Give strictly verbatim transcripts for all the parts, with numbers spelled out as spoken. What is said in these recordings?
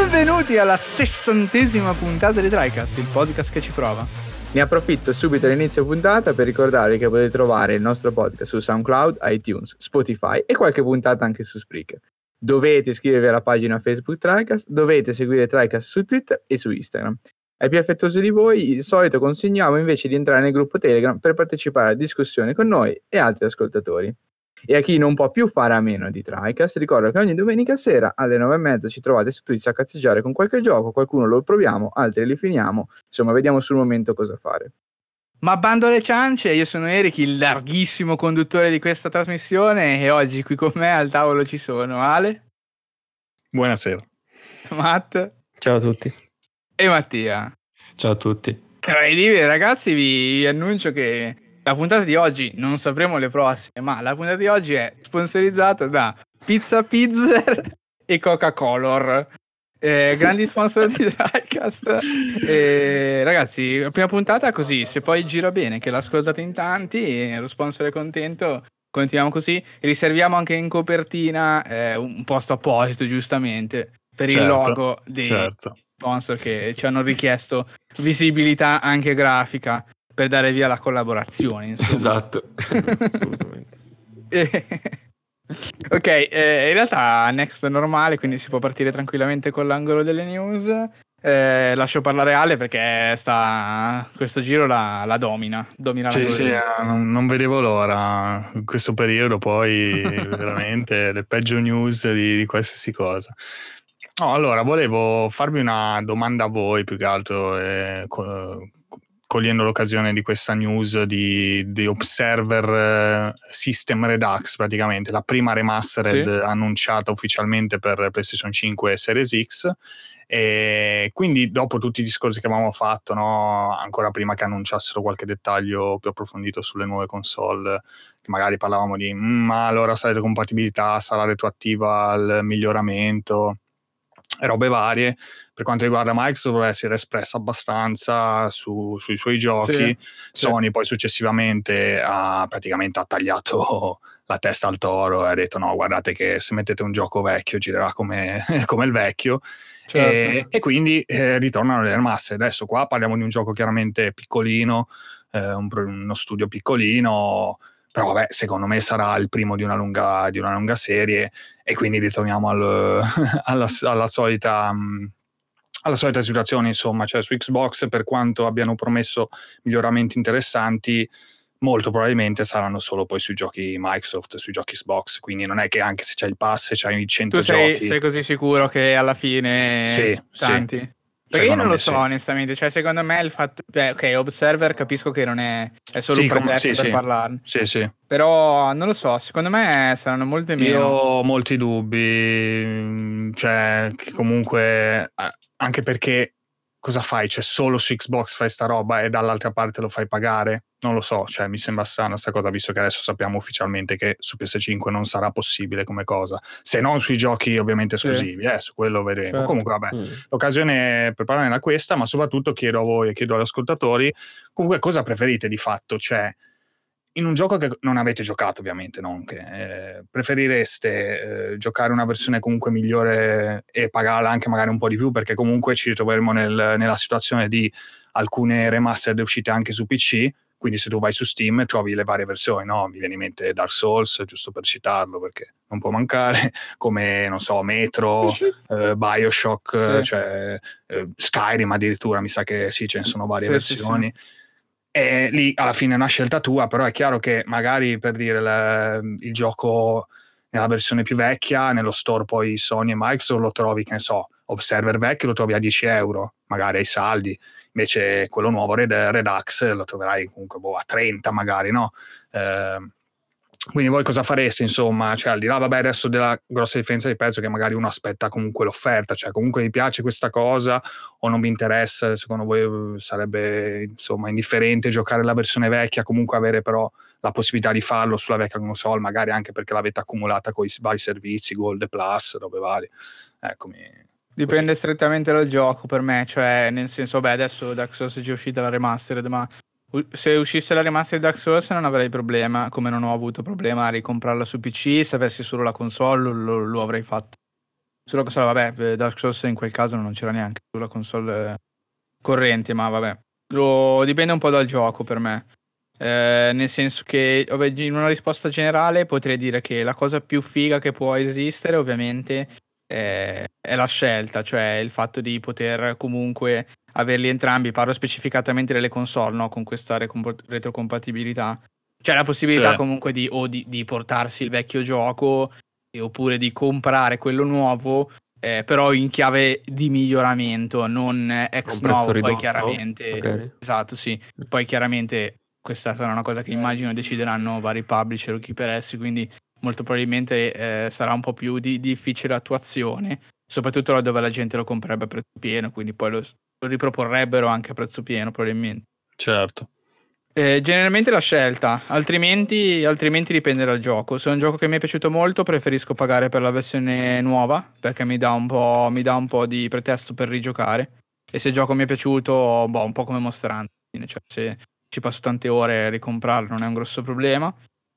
Benvenuti alla sessantesima puntata di TriCast, il podcast che ci prova. Ne approfitto subito all'inizio puntata per ricordarvi che potete trovare il nostro podcast su SoundCloud, iTunes, Spotify e qualche puntata anche su Spreaker. Dovete iscrivervi alla pagina Facebook TriCast, dovete seguire TriCast su Twitter e su Instagram. Ai più affettuosi di voi, il solito consigliamo invece di entrare nel gruppo Telegram per partecipare alla discussione con noi e altri ascoltatori. E a chi non può più fare a meno di TriCast, ricordo che ogni domenica sera alle nove e mezza ci trovate su Twitch a cazzeggiare con qualche gioco, qualcuno lo proviamo, altri li finiamo, insomma vediamo sul momento cosa fare. Ma bando alle ciance, io sono Eric, il larghissimo conduttore di questa trasmissione, e oggi qui con me al tavolo ci sono Ale. Buonasera. Matt. Ciao a tutti. E Mattia. Ciao a tutti. Incredibile, ragazzi, vi, vi annuncio che la puntata di oggi, non sapremo le prossime, ma la puntata di oggi è sponsorizzata da Pizza Pizzer e Coca-Cola, eh, grandi sponsor di TriCast. Eh, ragazzi, la prima puntata così, se poi gira bene, che l'ascoltate in tanti e lo sponsor è contento, continuiamo così. Riserviamo anche in copertina eh, un posto apposito, giustamente, per certo, il logo dei certo. sponsor che ci hanno richiesto visibilità anche grafica per dare via la collaborazione, insomma. Esatto. Assolutamente. Ok, eh, in realtà next è normale, quindi si può partire tranquillamente con l'angolo delle news. Eh, lascio parlare Ale perché sta questo giro la, la domina, domina Sì, l'angolo sì, delle... non, non vedevo l'ora in questo periodo, poi veramente le peggio news di, di qualsiasi cosa. No, allora volevo farvi una domanda a voi più che altro, eh, co- cogliendo l'occasione di questa news di, di Observer System Redux, praticamente la prima remastered Sì. annunciata ufficialmente per PlayStation cinque e Series X. E quindi dopo tutti i discorsi che avevamo fatto, no, ancora prima che annunciassero qualche dettaglio più approfondito sulle nuove console, che magari parlavamo di mm, ma allora sarà la compatibilità, sarà retroattiva al miglioramento, robe varie. Per quanto riguarda Microsoft doveva essere espressa abbastanza su, sui suoi giochi. Sì, Sony sì. poi successivamente ha praticamente ha tagliato la testa al toro e ha detto no, guardate che se mettete un gioco vecchio girerà come, come il vecchio. Certo. E, e quindi eh, ritornano le masse. Adesso qua parliamo di un gioco chiaramente piccolino, eh, un, uno studio piccolino, però vabbè, secondo me sarà il primo di una lunga, di una lunga serie, e quindi ritorniamo al, alla, alla solita mh, alla solita situazione, insomma, cioè su Xbox, per quanto abbiano promesso miglioramenti interessanti, molto probabilmente saranno solo poi sui giochi Microsoft, sui giochi Xbox, quindi non è che anche se c'hai il pass, c'hai i cento Tu sei, giochi. sei così sicuro che alla fine Sì, tanti? sì. Perché io Secondo non lo me so, sì. onestamente, cioè secondo me il fatto, beh, ok, Observer capisco che non è, è solo Sì, un com- pretesto sì, per sì. parlarne, Sì, sì. però non lo so, secondo me saranno molte Io meno. ho molti dubbi, cioè che comunque eh, anche perché cosa fai? Cioè solo su Xbox fai sta roba e dall'altra parte lo fai pagare? Non lo so, cioè mi sembra strana sta cosa, visto che adesso sappiamo ufficialmente che su P S cinque non sarà possibile come cosa, se non sui giochi ovviamente Sì. esclusivi, eh, su quello vedremo. Certo. Comunque vabbè, Mm. l'occasione per parlarne è questa, ma soprattutto chiedo a voi e chiedo agli ascoltatori comunque cosa preferite di fatto, cioè in un gioco che non avete giocato ovviamente, non che eh, preferireste eh, giocare una versione comunque migliore e pagarla anche magari un po' di più, perché comunque ci ritroveremo nel, nella situazione di alcune remastered uscite anche su P C, quindi se tu vai su Steam trovi le varie versioni, no? Mi viene in mente Dark Souls, giusto per citarlo perché non può mancare, come non so Metro, eh, Bioshock, Sì. cioè eh, Skyrim addirittura, mi sa che sì, ce ne sono varie Sì, versioni. sì, sì. E lì alla fine è una scelta tua, però è chiaro che magari per dire il, il gioco nella versione più vecchia, nello store poi Sony e Microsoft lo trovi, che ne so, Observer vecchio lo trovi a dieci euro, magari ai saldi, invece quello nuovo Red, Redux lo troverai comunque boh, a trenta magari, no? Eh, quindi voi cosa fareste, insomma, cioè al di là vabbè adesso della grossa differenza di prezzo che magari uno aspetta comunque l'offerta, cioè comunque mi piace questa cosa o non mi interessa, secondo voi sarebbe insomma indifferente giocare la versione vecchia, comunque avere però la possibilità di farlo sulla vecchia console, magari anche perché l'avete accumulata con i vari servizi, Gold e Plus, robe varie. Eccomi. Dipende Così. strettamente dal gioco per me, cioè nel senso, beh, adesso Dark Souls è già uscita la remastered, ma u- se uscisse la remastered di Dark Souls non avrei problema, come non ho avuto problema a ricomprarla su P C, se avessi solo la console lo, lo avrei fatto. sulla console, vabbè, Dark Souls in quel caso non c'era neanche sulla console corrente, ma vabbè, lo, dipende un po' dal gioco per me. Eh, nel senso che, vabbè, in una risposta generale potrei dire che la cosa più figa che può esistere ovviamente eh, è la scelta, cioè il fatto di poter comunque averli entrambi. Parlo specificatamente delle console, no? Con questa recompo- retrocompatibilità, c'è la possibilità Cioè, comunque di, o di, di portarsi il vecchio gioco e- oppure di comprare quello nuovo, eh, però in chiave di miglioramento, non eh, A ex un prezzo novo. Poi ridotto, chiaramente, magari. esatto, sì. Poi chiaramente questa sarà una cosa che immagino decideranno vari publisher o chi per essi, quindi molto probabilmente eh, sarà un po' più di difficile attuazione, soprattutto laddove la gente lo comprerebbe a prezzo pieno, quindi poi lo, lo riproporrebbero anche a prezzo pieno probabilmente. certo. Eh, generalmente la scelta, altrimenti, altrimenti dipende dal gioco. Se è un gioco che mi è piaciuto molto, preferisco pagare per la versione nuova, perché mi dà un po', mi dà un po' di pretesto per rigiocare. E se il gioco mi è piaciuto, boh, un po' come Monster Hunter, cioè se ci passo tante ore a ricomprarlo non è un grosso problema,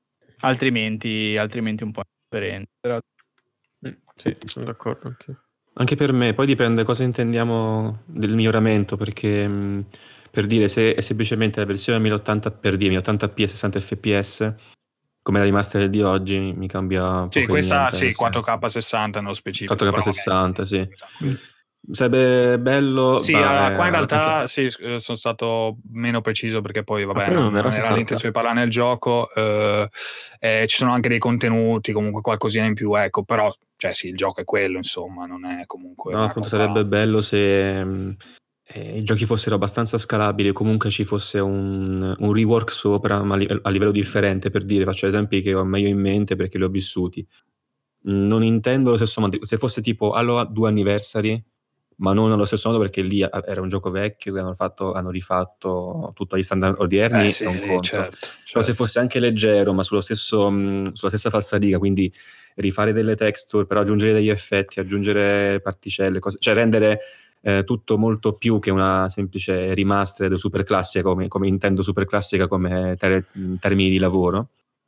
altrimenti, altrimenti un po' indifferente. Però Mm, sì, sono d'accordo anche. Anche per me, poi dipende cosa intendiamo del miglioramento, perché mh, per dire se è semplicemente la versione mille ottanta per dire mille ottanta p e sessanta fps, come la remaster di oggi, mi cambia Sì, poco e questa niente. sì, nel senso. quattro K sessanta nello specifico. quattro K Però vabbè, sessanta, sì. tranquillo. Sarebbe bello, Sì, allora, qua in ma eh, realtà anche... sì, eh, sono stato meno preciso perché poi, Ah, vabbè, però non, non era non era sessanta. l'intenzione di parlare nel gioco. Eh, eh, ci sono anche dei contenuti, comunque qualcosina in più, ecco, però, cioè sì, il gioco è quello, insomma, non è comunque No, una appunto roba... sarebbe bello se mh, eh, i giochi fossero abbastanza scalabili, o comunque ci fosse un, un rework sopra, ma a, live- a livello differente, per dire, faccio esempi che ho meglio in mente perché li ho vissuti. Mm, Non intendo lo stesso modo, se fosse tipo Halo due Anniversary, ma non allo stesso modo perché lì a- era un gioco vecchio che hanno fatto, hanno rifatto tutto agli standard Eh odierni, è sì, un lì, conto. certo, Però se certo. fosse anche leggero, ma sullo stesso, mh, sulla stessa falsariga, quindi rifare delle texture, però aggiungere degli effetti, aggiungere particelle, cose, cioè rendere eh, tutto molto più che una semplice remastered super classica, come, come intendo super classica come ter- termini di lavoro,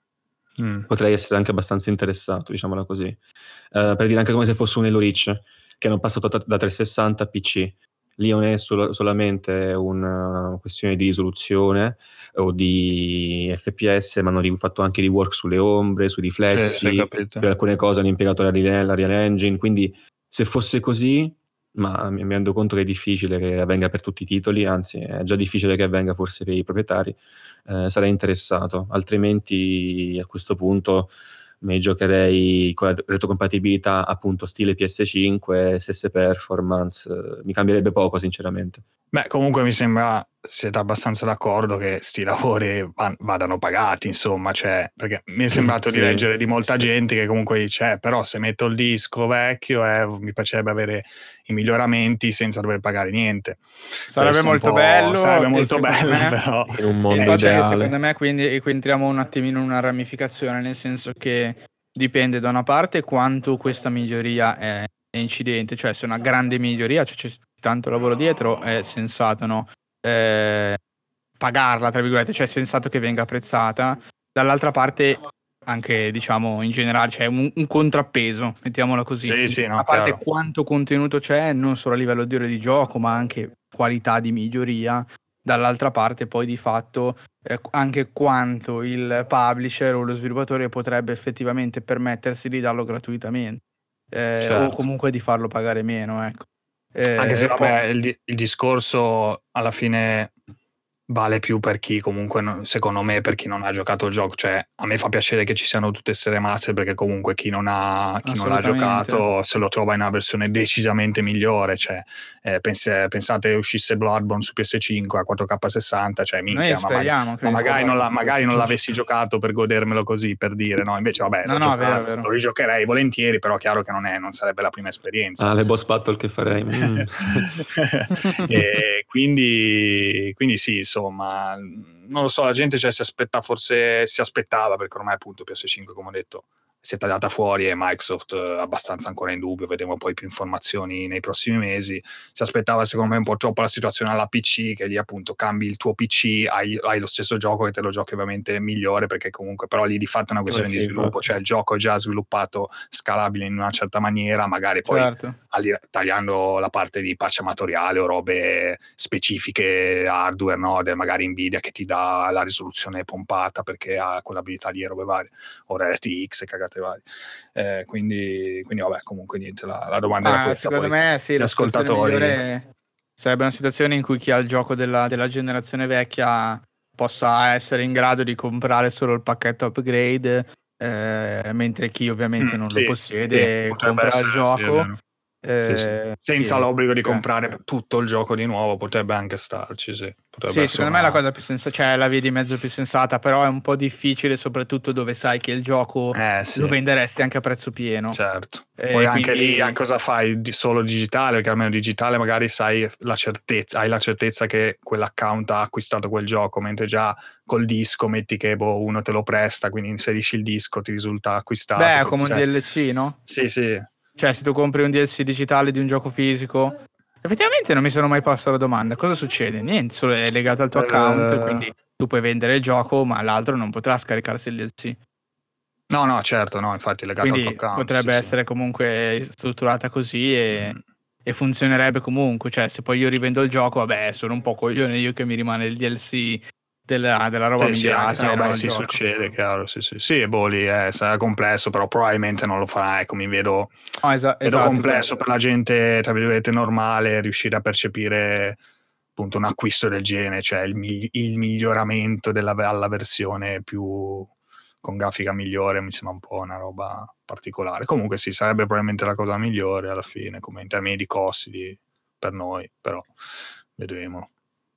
Mm. potrei essere anche abbastanza interessato, diciamola così. Eh, per dire anche come se fosse un Halo Reach, che hanno passato da, da trecentosessanta a P C. Lì non è solo, solamente una questione di risoluzione o di F P S, ma hanno fatto anche di work sulle ombre, sui Sì, sì, riflessi, capito. per alcune cose hanno impiegato la Real, la Real Engine, quindi se fosse così, ma mi mi rendo conto che è difficile che avvenga per tutti i titoli, anzi è già difficile che avvenga forse per i proprietari, eh, sarei interessato, altrimenti a questo punto mi giocherei con la retrocompatibilità appunto stile P S cinque, stesse performance, eh, mi cambierebbe poco sinceramente. Beh, comunque mi sembra siete abbastanza d'accordo che sti lavori van- vadano pagati, insomma, cioè, perché mi è sembrato di Sì, leggere di molta sì. gente che comunque dice, eh, però se metto il disco vecchio eh, mi piacerebbe avere i miglioramenti senza dover pagare niente. sarebbe Questo è un molto po'... bello, sarebbe e molto secondo bello, me, però... In un e mondo Eh, infatti cioè, secondo ideale. me quindi e qui entriamo un attimino in una ramificazione, nel senso che dipende da una parte quanto questa miglioria è, è incidente, cioè se è una grande miglioria, cioè c'è tanto lavoro dietro, è sensato, no? Eh, pagarla, tra virgolette, cioè è sensato che venga apprezzata. Dall'altra parte anche, diciamo, in generale c'è un, un contrappeso, mettiamola così. sì, sì, no, A parte chiaro. quanto contenuto c'è, non solo a livello di ore di gioco, ma anche qualità di miglioria. Dall'altra parte poi di fatto eh, anche quanto il publisher o lo sviluppatore potrebbe effettivamente permettersi di darlo gratuitamente, eh, o Certo. comunque di farlo pagare meno, ecco. Anche se, Eh, poi- vabbè, il, di- il discorso alla fine vale più per chi comunque, non- secondo me, per chi non ha giocato il gioco. Cioè, a me fa piacere che ci siano tutte queste remaster perché comunque chi non ha, chi non ha assolutamente. giocato se lo trova in una versione decisamente migliore. Cioè, eh, pense- pensate uscisse Bloodborne su P S cinque a quattro K sessanta, cioè Noi minchia, ma, ma- speriamo che ma magari, non, la- Bloodborne magari non sia- l'avessi giocato per godermelo così, per dire, no? Invece, vabbè, No, l'ho no, è giocato, vero, è vero. lo rigiocherei volentieri, però chiaro che non, è, non sarebbe la prima esperienza. Ah, le boss battle che farei. Mm. E quindi, quindi sì, insomma, non lo so, la gente cioè, si aspetta, forse si aspettava, perché ormai appunto P S cinque, come ho detto, si è tagliata fuori e Microsoft eh, abbastanza ancora in dubbio, vedremo poi più informazioni nei prossimi mesi. Si aspettava secondo me un po' troppo la situazione alla P C, che lì appunto cambi il tuo P C, hai, hai lo stesso gioco e te lo giochi ovviamente migliore, perché comunque però lì di fatto è una questione Eh sì, di sviluppo, infatti. cioè il gioco è già sviluppato, scalabile in una certa maniera, magari poi Certo. al- tagliando la parte di patch amatoriale o robe specifiche hardware, no? De- magari Nvidia che ti dà la risoluzione pompata perché ha quell'abilità lì e robe varie, o R T X e cagate varie. Eh, quindi, quindi vabbè, comunque niente, la, la domanda era Ah, questa. secondo Poi me sì, gli la situazione ascoltatori migliore sarebbe una situazione in cui chi ha il gioco della, della generazione vecchia possa essere in grado di comprare solo il pacchetto upgrade, eh, mentre chi ovviamente Mm, non lo sì, sì, possiede potrebbe compra il essere, sì, è gioco. vero. Sì, sì. eh, Senza sì, l'obbligo di cioè, comprare tutto il gioco di nuovo, potrebbe anche starci, sì. Potrebbe sì, essere secondo me è la una... cosa più sensata, cioè la via di mezzo più sensata, però è un po' difficile, soprattutto dove sai che il gioco Eh lo sì, venderesti anche a prezzo pieno. certo. Poi E anche lì eh, quindi cosa fai? Di- solo digitale, perché almeno digitale magari sai la certezza, hai la certezza che quell'account ha acquistato quel gioco, mentre già col disco metti che boh, uno te lo presta, quindi inserisci il disco, ti risulta acquistato. beh, è Quindi, come un cioè, D L C, no? sì, sì. Cioè, se tu compri un D L C digitale di un gioco fisico, effettivamente non mi sono mai posto la domanda, cosa succede? Niente, solo è legato al tuo account, Eh, quindi tu puoi vendere il gioco, ma l'altro non potrà scaricarsi il D L C. no, no, certo, no, infatti è legato al tuo Quindi account, sì, potrebbe sì. essere comunque strutturata così e, Mm. e funzionerebbe comunque. Cioè, se poi io rivendo il gioco, vabbè, sono un po' coglione io che mi rimane il D L C della, della roba Sì, sì, anche se migliorata e non vabbè, il sì, gioco. succede, chiaro, sì, sì. Sì, boh, lì eh, sarà complesso, però probabilmente non lo farà, ecco, mi vedo, No, esa- vedo esatto, complesso esatto. per la gente, tra virgolette, normale, riuscire a percepire appunto un acquisto del genere, cioè il, mi- il miglioramento della alla versione più con grafica migliore, mi sembra un po' una roba particolare. Comunque sì, sarebbe probabilmente la cosa migliore alla fine, come in termini di costi di- per noi, però vedremo.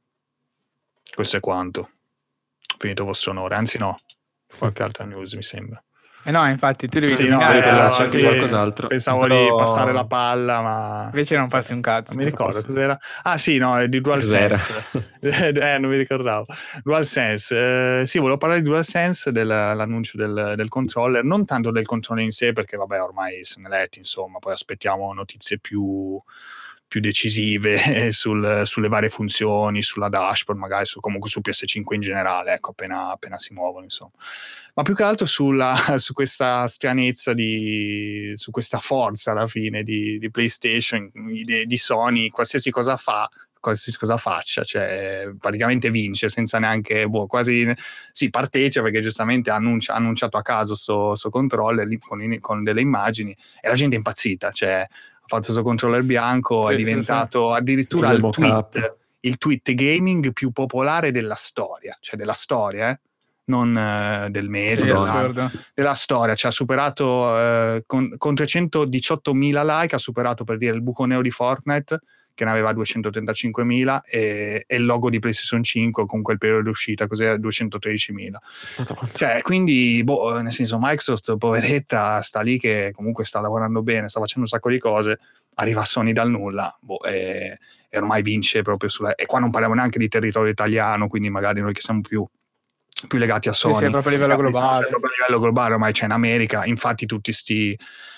Questo è quanto. Finito vostro onore, anzi no, qualche altra news mi sembra. E no, infatti tu devi Sì, no, indovinare Volevi cosa parlarci eh, anche di sì, succede. qualcos'altro, pensavo di però passare la palla, ma Invece non cioè, passi un cazzo. non mi ricordo Forse. cos'era. Ah sì, no, è di Cos'era? DualSense. eh, non mi ricordavo. DualSense, eh, sì, volevo parlare di DualSense, dell'annuncio del, del controller, non tanto del controller in sé, perché vabbè, ormai se ne letti, insomma, poi aspettiamo notizie più più decisive sul, sulle varie funzioni, sulla dashboard, magari su, comunque su P S cinque in generale, ecco, appena, appena si muovono, insomma. Ma più che altro sulla, su questa stranezza di, su questa forza alla fine di, di PlayStation, di, di Sony, qualsiasi cosa fa, qualsiasi cosa faccia, cioè praticamente vince senza neanche, boh, quasi, sì, partecipa perché giustamente ha annuncia, annunciato a caso sto, sto controller lì con, con delle immagini e la gente è impazzita, cioè ha fatto il suo controller bianco, è Sì, sì, sì. diventato addirittura Mille il mock-up. tweet, il tweet gaming più popolare della storia, cioè della storia, eh? non eh, del mese, Sì, Madonna. dell'anno, assurdo. della storia, cioè ha superato eh, con, con trecentodiciottomila like, ha superato per dire il buco nero di Fortnite che ne aveva duecentotrentacinquemila e, e il logo di PlayStation cinque con quel periodo di uscita cos'era duecentotredicimila. Cioè, quindi, boh, nel senso, Microsoft, poveretta, sta lì che comunque sta lavorando bene, sta facendo un sacco di cose, arriva Sony dal nulla, boh, e, e ormai vince proprio sulla... E qua non parliamo neanche di territorio italiano, quindi magari noi che siamo più, più legati a Sì, sì, Sony, proprio a livello cioè, globale. proprio a livello globale, ormai c'è in America, infatti tutti sti...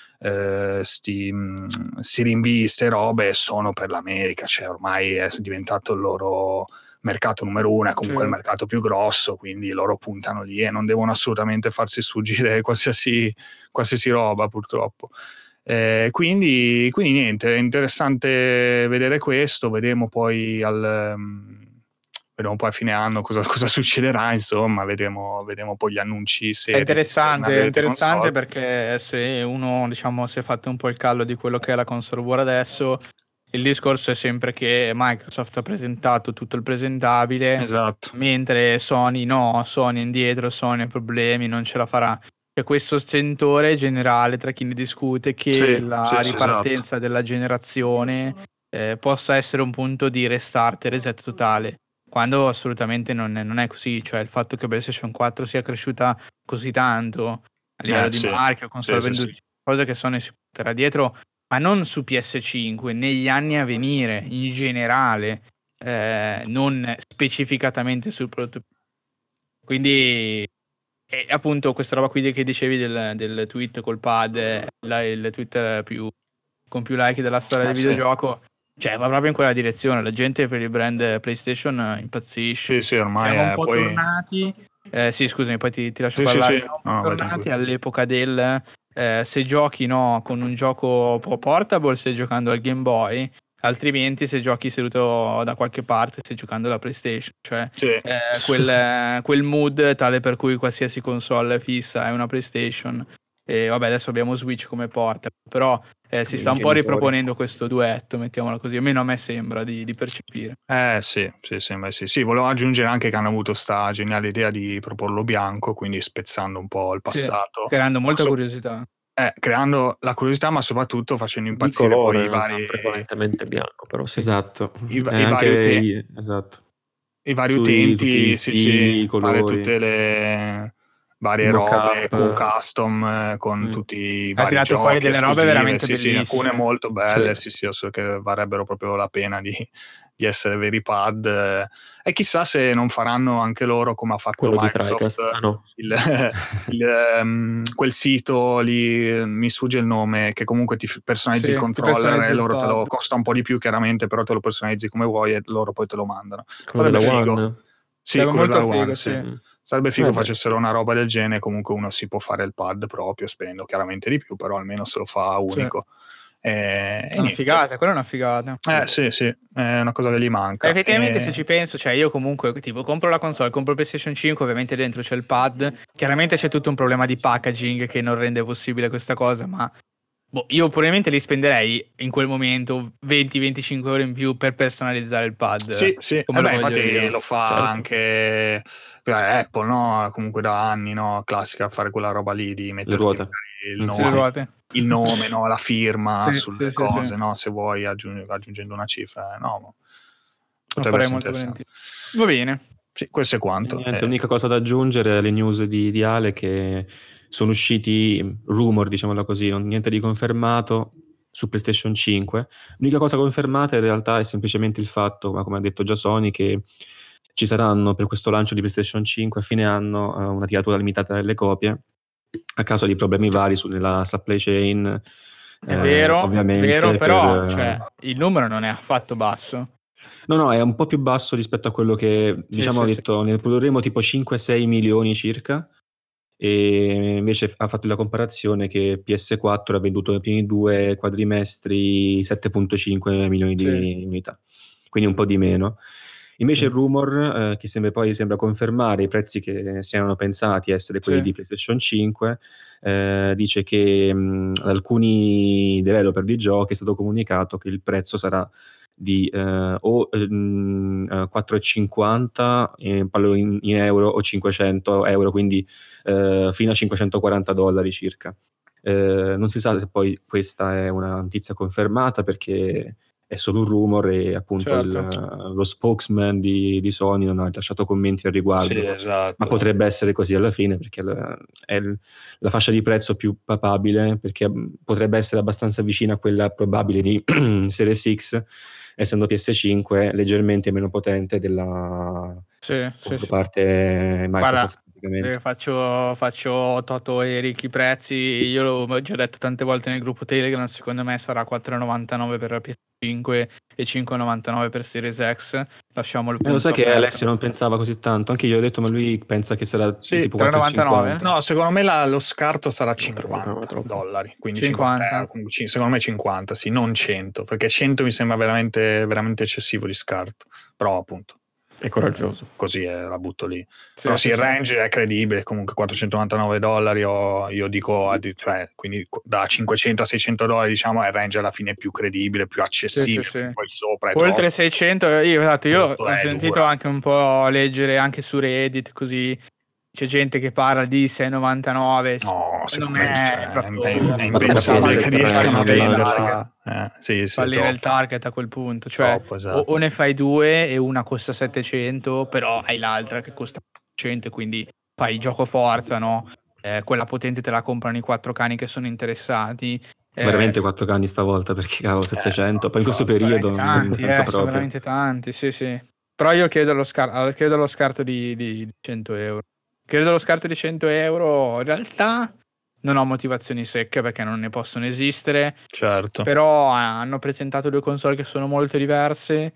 Uh, sti, mh, si rinvii ste robe sono per l'America, cioè ormai è diventato il loro mercato numero uno, è comunque Sì. il mercato più grosso, quindi loro puntano lì e non devono assolutamente farsi sfuggire qualsiasi, qualsiasi roba purtroppo. Eh, quindi, quindi niente, è interessante vedere questo, vedremo poi al um, vedremo poi a fine anno cosa, cosa succederà, insomma, vedremo, vedremo poi gli annunci È seri interessante, è delle interessante console. perché se uno, diciamo, si è fatto un po' il callo di quello che è la console war adesso, il discorso è sempre che Microsoft ha presentato tutto il presentabile, Esatto. mentre Sony no, Sony è indietro, Sony ha problemi, non ce la farà. C'è questo sentore generale tra chi ne discute che Sì, la sì, sì, ripartenza esatto. della generazione eh, possa essere un punto di restart, reset totale, quando assolutamente non è, non è così. Cioè il fatto che PlayStation quattro sia cresciuta così tanto a livello Eh, di sì, marchio, console sì, sì, sì. venduti, cosa che Sony si porterà dietro, ma non su P S cinque, negli anni a venire, in generale, eh, non specificatamente sul prodotto. Quindi e appunto questa roba qui che dicevi del, del tweet col pad, è la- il Twitter più, con più like della storia Eh, del sì. videogioco, cioè va proprio in quella direzione. La gente per il brand PlayStation impazzisce. Sì, sì, ormai Siamo un è po' poi... tornati. Eh, sì, scusami, poi ti, ti lascio Sì, sì, parlare. sì. Siamo un po' No, no, vai tornati tranquillo. all'epoca del eh, se giochi no, con un gioco po- portable stai giocando al Game Boy, altrimenti se giochi seduto da qualche parte stai giocando alla PlayStation. Cioè Sì. eh, quel, quel mood tale per cui qualsiasi console fissa è una PlayStation. E vabbè, adesso abbiamo Switch come porta, però eh, si I sta un po' genitori. riproponendo questo duetto, mettiamola così, almeno a me sembra di, di percepire. Eh sì, sì, sembra sì. Sì, volevo aggiungere anche che hanno avuto sta geniale idea di proporlo bianco, quindi spezzando un po' il Sì, passato. creando molta So- curiosità. eh, creando la curiosità, ma soprattutto facendo Di impazzire poi colore, i vari, prevalentemente bianco, però sì. Esatto. i, E i vari anche utenti. i- esatto. I vari Sui- utenti, tutti gli sì, stili, sì, i fare colori. tutte le varie I robe, mock-up. con custom, eh, con Mm. tutti i Ha vari tirato giochi, fuori delle robe esclusive, veramente sì, sì, bellissime. alcune molto belle, Sì. sì, sì, so che varrebbero proprio la pena di, di essere veri pad. eh. E chissà se non faranno anche loro come ha fatto Quello di Microsoft, TriCast. Ah no. il, il, ehm, quel sito lì, mi sfugge il nome, che comunque ti personalizzi Sì, il ti controller personalizzi e il loro te lo pad. costa un po' di più chiaramente, però te lo personalizzi come vuoi e loro poi te lo mandano. Quello Sarebbe della figo. One. Sì, Sarebbe quello molto della figo, One, sì. sì. Mm. Sarebbe figo Eh beh, facessero sì. una roba del genere, comunque uno si può fare il pad proprio, spendendo chiaramente di più, però almeno se lo fa unico. E, e È una niente. figata, quella è una figata. Eh sì, sì, è una cosa che gli manca. Eh, Effettivamente E- se ci penso, cioè io comunque tipo compro la console, compro il PlayStation cinque, ovviamente dentro c'è il pad, chiaramente c'è tutto un problema di packaging che non rende possibile questa cosa, ma boh, io probabilmente li spenderei in quel momento venti venticinque euro in più per personalizzare il pad Sì, sì, come eh lo beh, voglio infatti io. lo fa Certo. anche eh, Apple, no? Comunque da anni, no? Classica fare quella roba lì di metterti ruote. magari il Mm, sì, nome, Sì, ruote. il nome, no? La firma Sì, sulle sì, sì, cose, sì. no? Se vuoi aggiung- aggiungendo una cifra, eh, no? Lo Potrebbe farei essere molto interessante. volentieri. Va bene. Sì, questo è E quanto. niente, Eh, l'unica cosa da aggiungere alle news di, di Ale che sono usciti rumor, diciamola così, non, niente di confermato su PlayStation cinque. L'unica cosa confermata in realtà è semplicemente il fatto, ma come ha detto già Sony, che ci saranno per questo lancio di PlayStation cinque a fine anno eh, una tiratura limitata delle copie a causa di problemi vari sulla supply chain. È eh, vero, ovviamente vero, però per, cioè, il numero non è affatto basso. No, no, è un po' più basso rispetto a quello che, Sì, diciamo, ha sì, detto, ne produrremo tipo cinque sei milioni circa, e invece ha fatto la comparazione che P S quattro ha venduto nei primi due quadrimestri sette virgola cinque milioni sì. di unità, quindi un po' di meno. Invece il rumor, eh, che sembra poi sembra confermare i prezzi che si erano pensati essere quelli Sì. di PlayStation cinque, eh, dice che mh, ad alcuni developer di giochi è stato comunicato che il prezzo sarà di eh, o ehm, eh, quattro virgola cinquanta eh, parlo in, in euro o cinquecento euro, quindi eh, fino a cinquecentoquaranta dollari circa. Eh, non si sa se poi questa è una notizia confermata perché è solo un rumor e appunto Certo. il, lo spokesman di, di Sony non ha lasciato commenti al riguardo. sì, esatto. Ma potrebbe essere così alla fine perché la, è l- la fascia di prezzo più papabile, perché mh, potrebbe essere abbastanza vicina a quella probabile di Series X, essendo P S cinque leggermente meno potente della Sì, sì, sì. parte Microsoft. praticamente. Eh, faccio, faccio Toto e Ricky i prezzi. Io l'ho già detto tante volte nel gruppo Telegram. Secondo me sarà quattro virgola novantanove per la P S cinque e cinque virgola novantanove per Series X. Lasciamo il Eh, lo punto sai che aperto. Alessio non pensava così tanto, anche io ho detto, ma lui pensa che sarà Sì, tipo tre virgola quattro virgola novantanove? cinquanta. No, secondo me la- lo scarto sarà tre virgola novantanove cinquanta troppo. dollari, quindi cinquanta. cinquanta euro, comunque ci- secondo me cinquanta, sì, non cento, perché cento mi sembra veramente, veramente eccessivo di scarto, però appunto È coraggioso. così eh, la butto lì. Sì, Però sì, sì, il sì. range è credibile, comunque quattrocentonovantanove dollari o io dico, addi- cioè, quindi da cinquecento a seicento dollari diciamo è il range alla fine più credibile, più accessibile, Sì, sì, sì. poi sopra è Oltre troppo. seicento, io, esatto, io Molto ho è sentito dura. anche un po' leggere anche su Reddit, così c'è gente che parla di sei virgola novantanove. No, Secondo secondo me me cioè, è è, proprio è- è Ma impensabile P S che tre riescano a nel venderla. Eh, sì, sì, è fallire il troppo. target a quel punto, cioè Troppo, o, esatto. o ne fai due e una costa settecento, però hai l'altra che costa cento e quindi fai gioco forza, no? Eh, quella potente te la comprano i quattro cani che sono interessati. Eh, Veramente quattro cani stavolta perché cavolo settecento, poi in questo infatti, periodo veramente non tanti, penso eh, sono proprio. veramente tanti, sì, sì. Però io chiedo lo, scar- chiedo lo scarto di, di cento euro. credo lo scarto di cento euro. In realtà non ho motivazioni secche perché non ne possono esistere, Certo. però hanno presentato due console che sono molto diverse.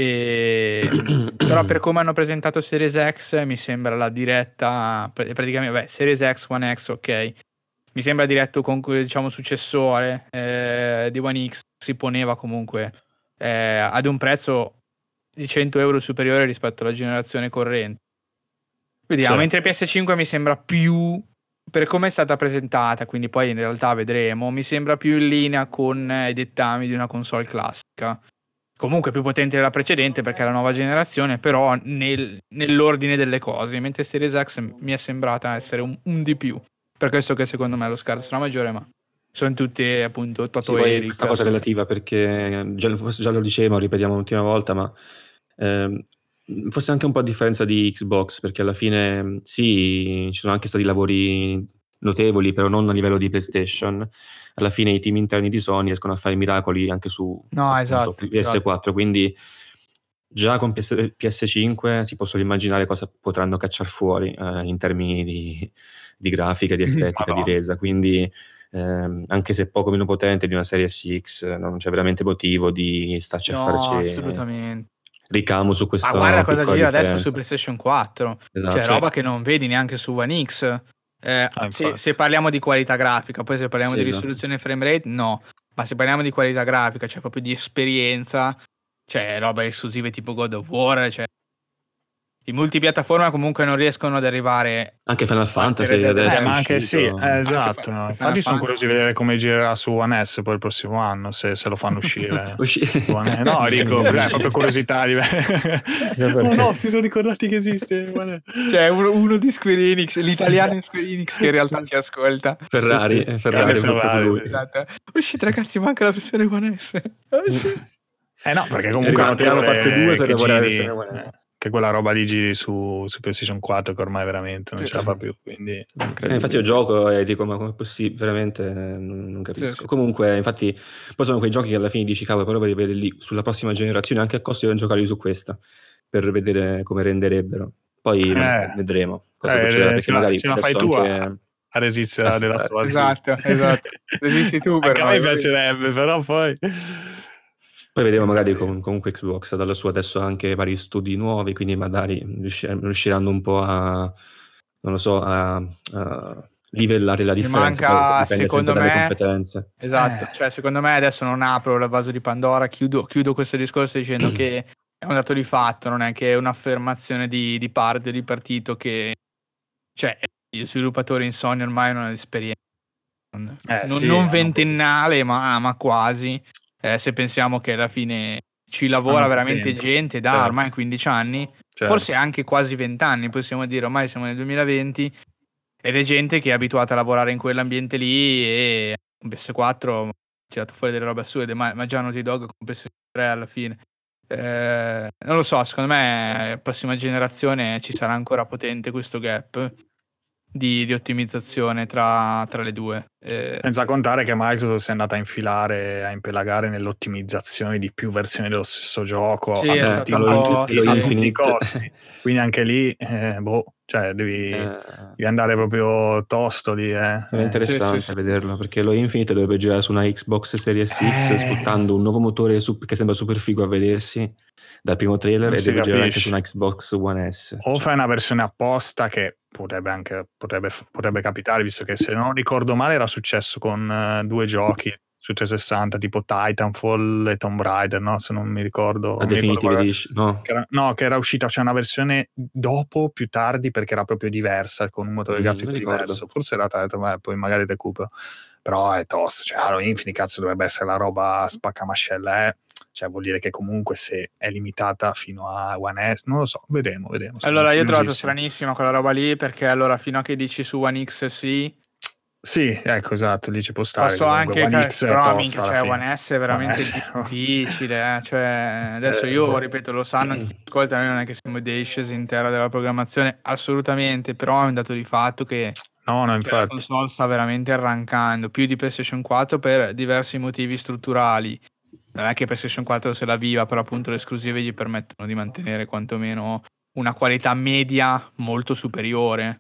E però per come hanno presentato Series X mi sembra la diretta pr- praticamente beh, Series X, One X, ok, mi sembra diretto con diciamo successore eh, di One X, si poneva comunque eh, ad un prezzo di cento euro superiore rispetto alla generazione corrente. Vediamo, Sì. mentre P S cinque mi sembra più, per come è stata presentata, quindi poi in realtà vedremo, mi sembra più in linea con eh, i dettami di una console classica. Comunque più potente della precedente perché è la nuova generazione, però nel- nell'ordine delle cose, mentre Series X mi è sembrata essere un, un di più. Per questo che secondo me lo scarto sarà maggiore, ma sono tutti appunto Toto Sì, e poi Eric. questa cosa è relativa perché già, forse già lo dicevamo, ripetiamo l'ultima volta, ma ehm, forse anche un po' a differenza di Xbox, perché alla fine sì, ci sono anche stati lavori notevoli, però non a livello di PlayStation. Alla fine i team interni di Sony riescono a fare miracoli anche su No, appunto, esatto, P S quattro, quindi già con P S P S cinque si possono immaginare cosa potranno cacciare fuori eh, in termini di, di grafica, di estetica, di Madonna. resa, quindi ehm, anche se poco meno potente di una serie X, non c'è veramente motivo di starci a no, farci assolutamente. ricamo su Ma questa guarda cosa piccola gira adesso differenza. su PlayStation quattro. Esatto. C'è Sì. roba che non vedi neanche su One X. Eh, Ah, se, infatti. se parliamo di qualità grafica, poi se parliamo Sì, di esatto. risoluzione frame rate, no. Ma se parliamo di qualità grafica, cioè proprio di esperienza, cioè roba esclusive tipo God of War, cioè i multipiattaforma comunque non riescono ad arrivare Anche Final a battere Fantasy Dead adesso Eh, è ma Redemption. anche sì, uscito. eh, esatto. Anche Final Infatti sono Fantasy. curioso di vedere come girerà su One S poi il prossimo anno, se, se lo fanno uscire. Usci- su One S. No, dico, eh, proprio curiosità. Di... Chissà no, perché. no, si sono ricordati che esiste One S. Cioè uno, uno di Square Enix, l'italiano in Square Enix che in realtà ci ascolta. Ferrari, Sì, sì. eh, Ferrari, Grande proprio Ferrari, lui. sì. Esatto. Uscite ragazzi, manca la versione One S. Uscite. Eh no, perché E comunque è rimandiamo parte due notevole per che lavorare alla giri, versione One S. eh, che quella roba lì giri su, su PlayStation quattro, che ormai veramente non ce la fa più, quindi... Eh, infatti io gioco e dico ma come è possibile, veramente eh, non, non capisco. Sì, sì. Comunque infatti poi sono quei giochi che alla fine dici cavolo, però vorrei vederli sulla prossima generazione anche a costo di non giocarli su questa per vedere come renderebbero. Poi vabbè, Eh, vedremo cosa eh, succederà ce perché la, magari ce la fai adesso tu anche a, a resistere alla della aspettare. sua skin. Esatto, esatto. Resisti tu Anche però. a me piacerebbe, però poi... Poi vedremo magari com- comunque Xbox dalla sua adesso ha anche vari studi nuovi, quindi magari riusci- riusciranno un po' a, non lo so, a, a livellare la Mi differenza, poi manca, dipende sempre secondo dalle me, competenze. esatto, Eh. cioè secondo me adesso non apro la vaso di Pandora, chiudo, chiudo questo discorso dicendo che è un dato di fatto, non è che un'affermazione di, di parte o di partito che, cioè, gli sviluppatori in Sony ormai hanno un'esperienza non, Eh, non- sì, non hanno- ventennale, ma, ma quasi. Eh, se pensiamo che alla fine ci lavora hanno veramente tempo. gente da Certo. ormai quindici anni, Certo. forse anche quasi venti anni, possiamo dire, ormai siamo nel duemilaventi, ed è gente che è abituata a lavorare in quell'ambiente lì e con P S quattro ha tirato fuori delle robe assurde, ma, ma già Naughty Dog con P S tre alla fine. Eh, non lo so, secondo me la prossima generazione ci sarà ancora potente questo gap di, di ottimizzazione tra, tra le due. Eh, Senza contare che Microsoft si è andata a infilare, a impelagare nell'ottimizzazione di più versioni dello stesso gioco Sì, a, è Eh, tutti, stato un a po', tutti- sì. a Halo tutti i Infinite. costi. Quindi anche lì, eh, boh, cioè devi, Eh, devi andare proprio tosto lì. Eh. Sarà Eh, interessante sì, sì, sì. vederlo perché lo Infinite dovrebbe girare su una Xbox Series X Eh. sfruttando un nuovo motore sup- che sembra super figo a vedersi dal primo trailer Non e si deve girare anche su capisce. una Xbox One S. O Cioè, fai una versione apposta che potrebbe anche potrebbe, potrebbe capitare, visto che se non ricordo male era successo con uh, due giochi su trecentosessanta tipo Titanfall e Tomb Raider, no? Se non mi ricordo, la non mi ricordo Definitive qual- Edition, no? che era, no, che era uscita, c'è una versione dopo, più tardi, perché era proprio diversa, con un motore Mm, grafico non ricordo. diverso. Forse era Titanfall, eh, poi magari recupero. Però è tosto, cioè Halo Infinite cazzo dovrebbe essere la roba spaccamascella, eh? Cioè vuol dire che comunque se è limitata fino a One S, non lo so, vedremo, vedremo. sono Allora, io ho trovato curiosissimo. stranissima quella roba lì, perché allora fino a che dici su One X sì, Sì, ecco, esatto, lì ci può stare. posso che comunque anche, One ca- X è però tosta minchia, alla cioè fine. One S è veramente One S, no. difficile, eh. Cioè, adesso Eh, io, boh. ripeto, lo sanno chi ascolta, noi non è che siamo dei scesi in terra della programmazione, assolutamente, però è un dato di fatto che No, no, cioè, la infatti. console sta veramente arrancando, più di PlayStation quattro per diversi motivi strutturali. Non è che PlayStation quattro se la viva, però appunto le esclusive gli permettono di mantenere quantomeno una qualità media molto superiore.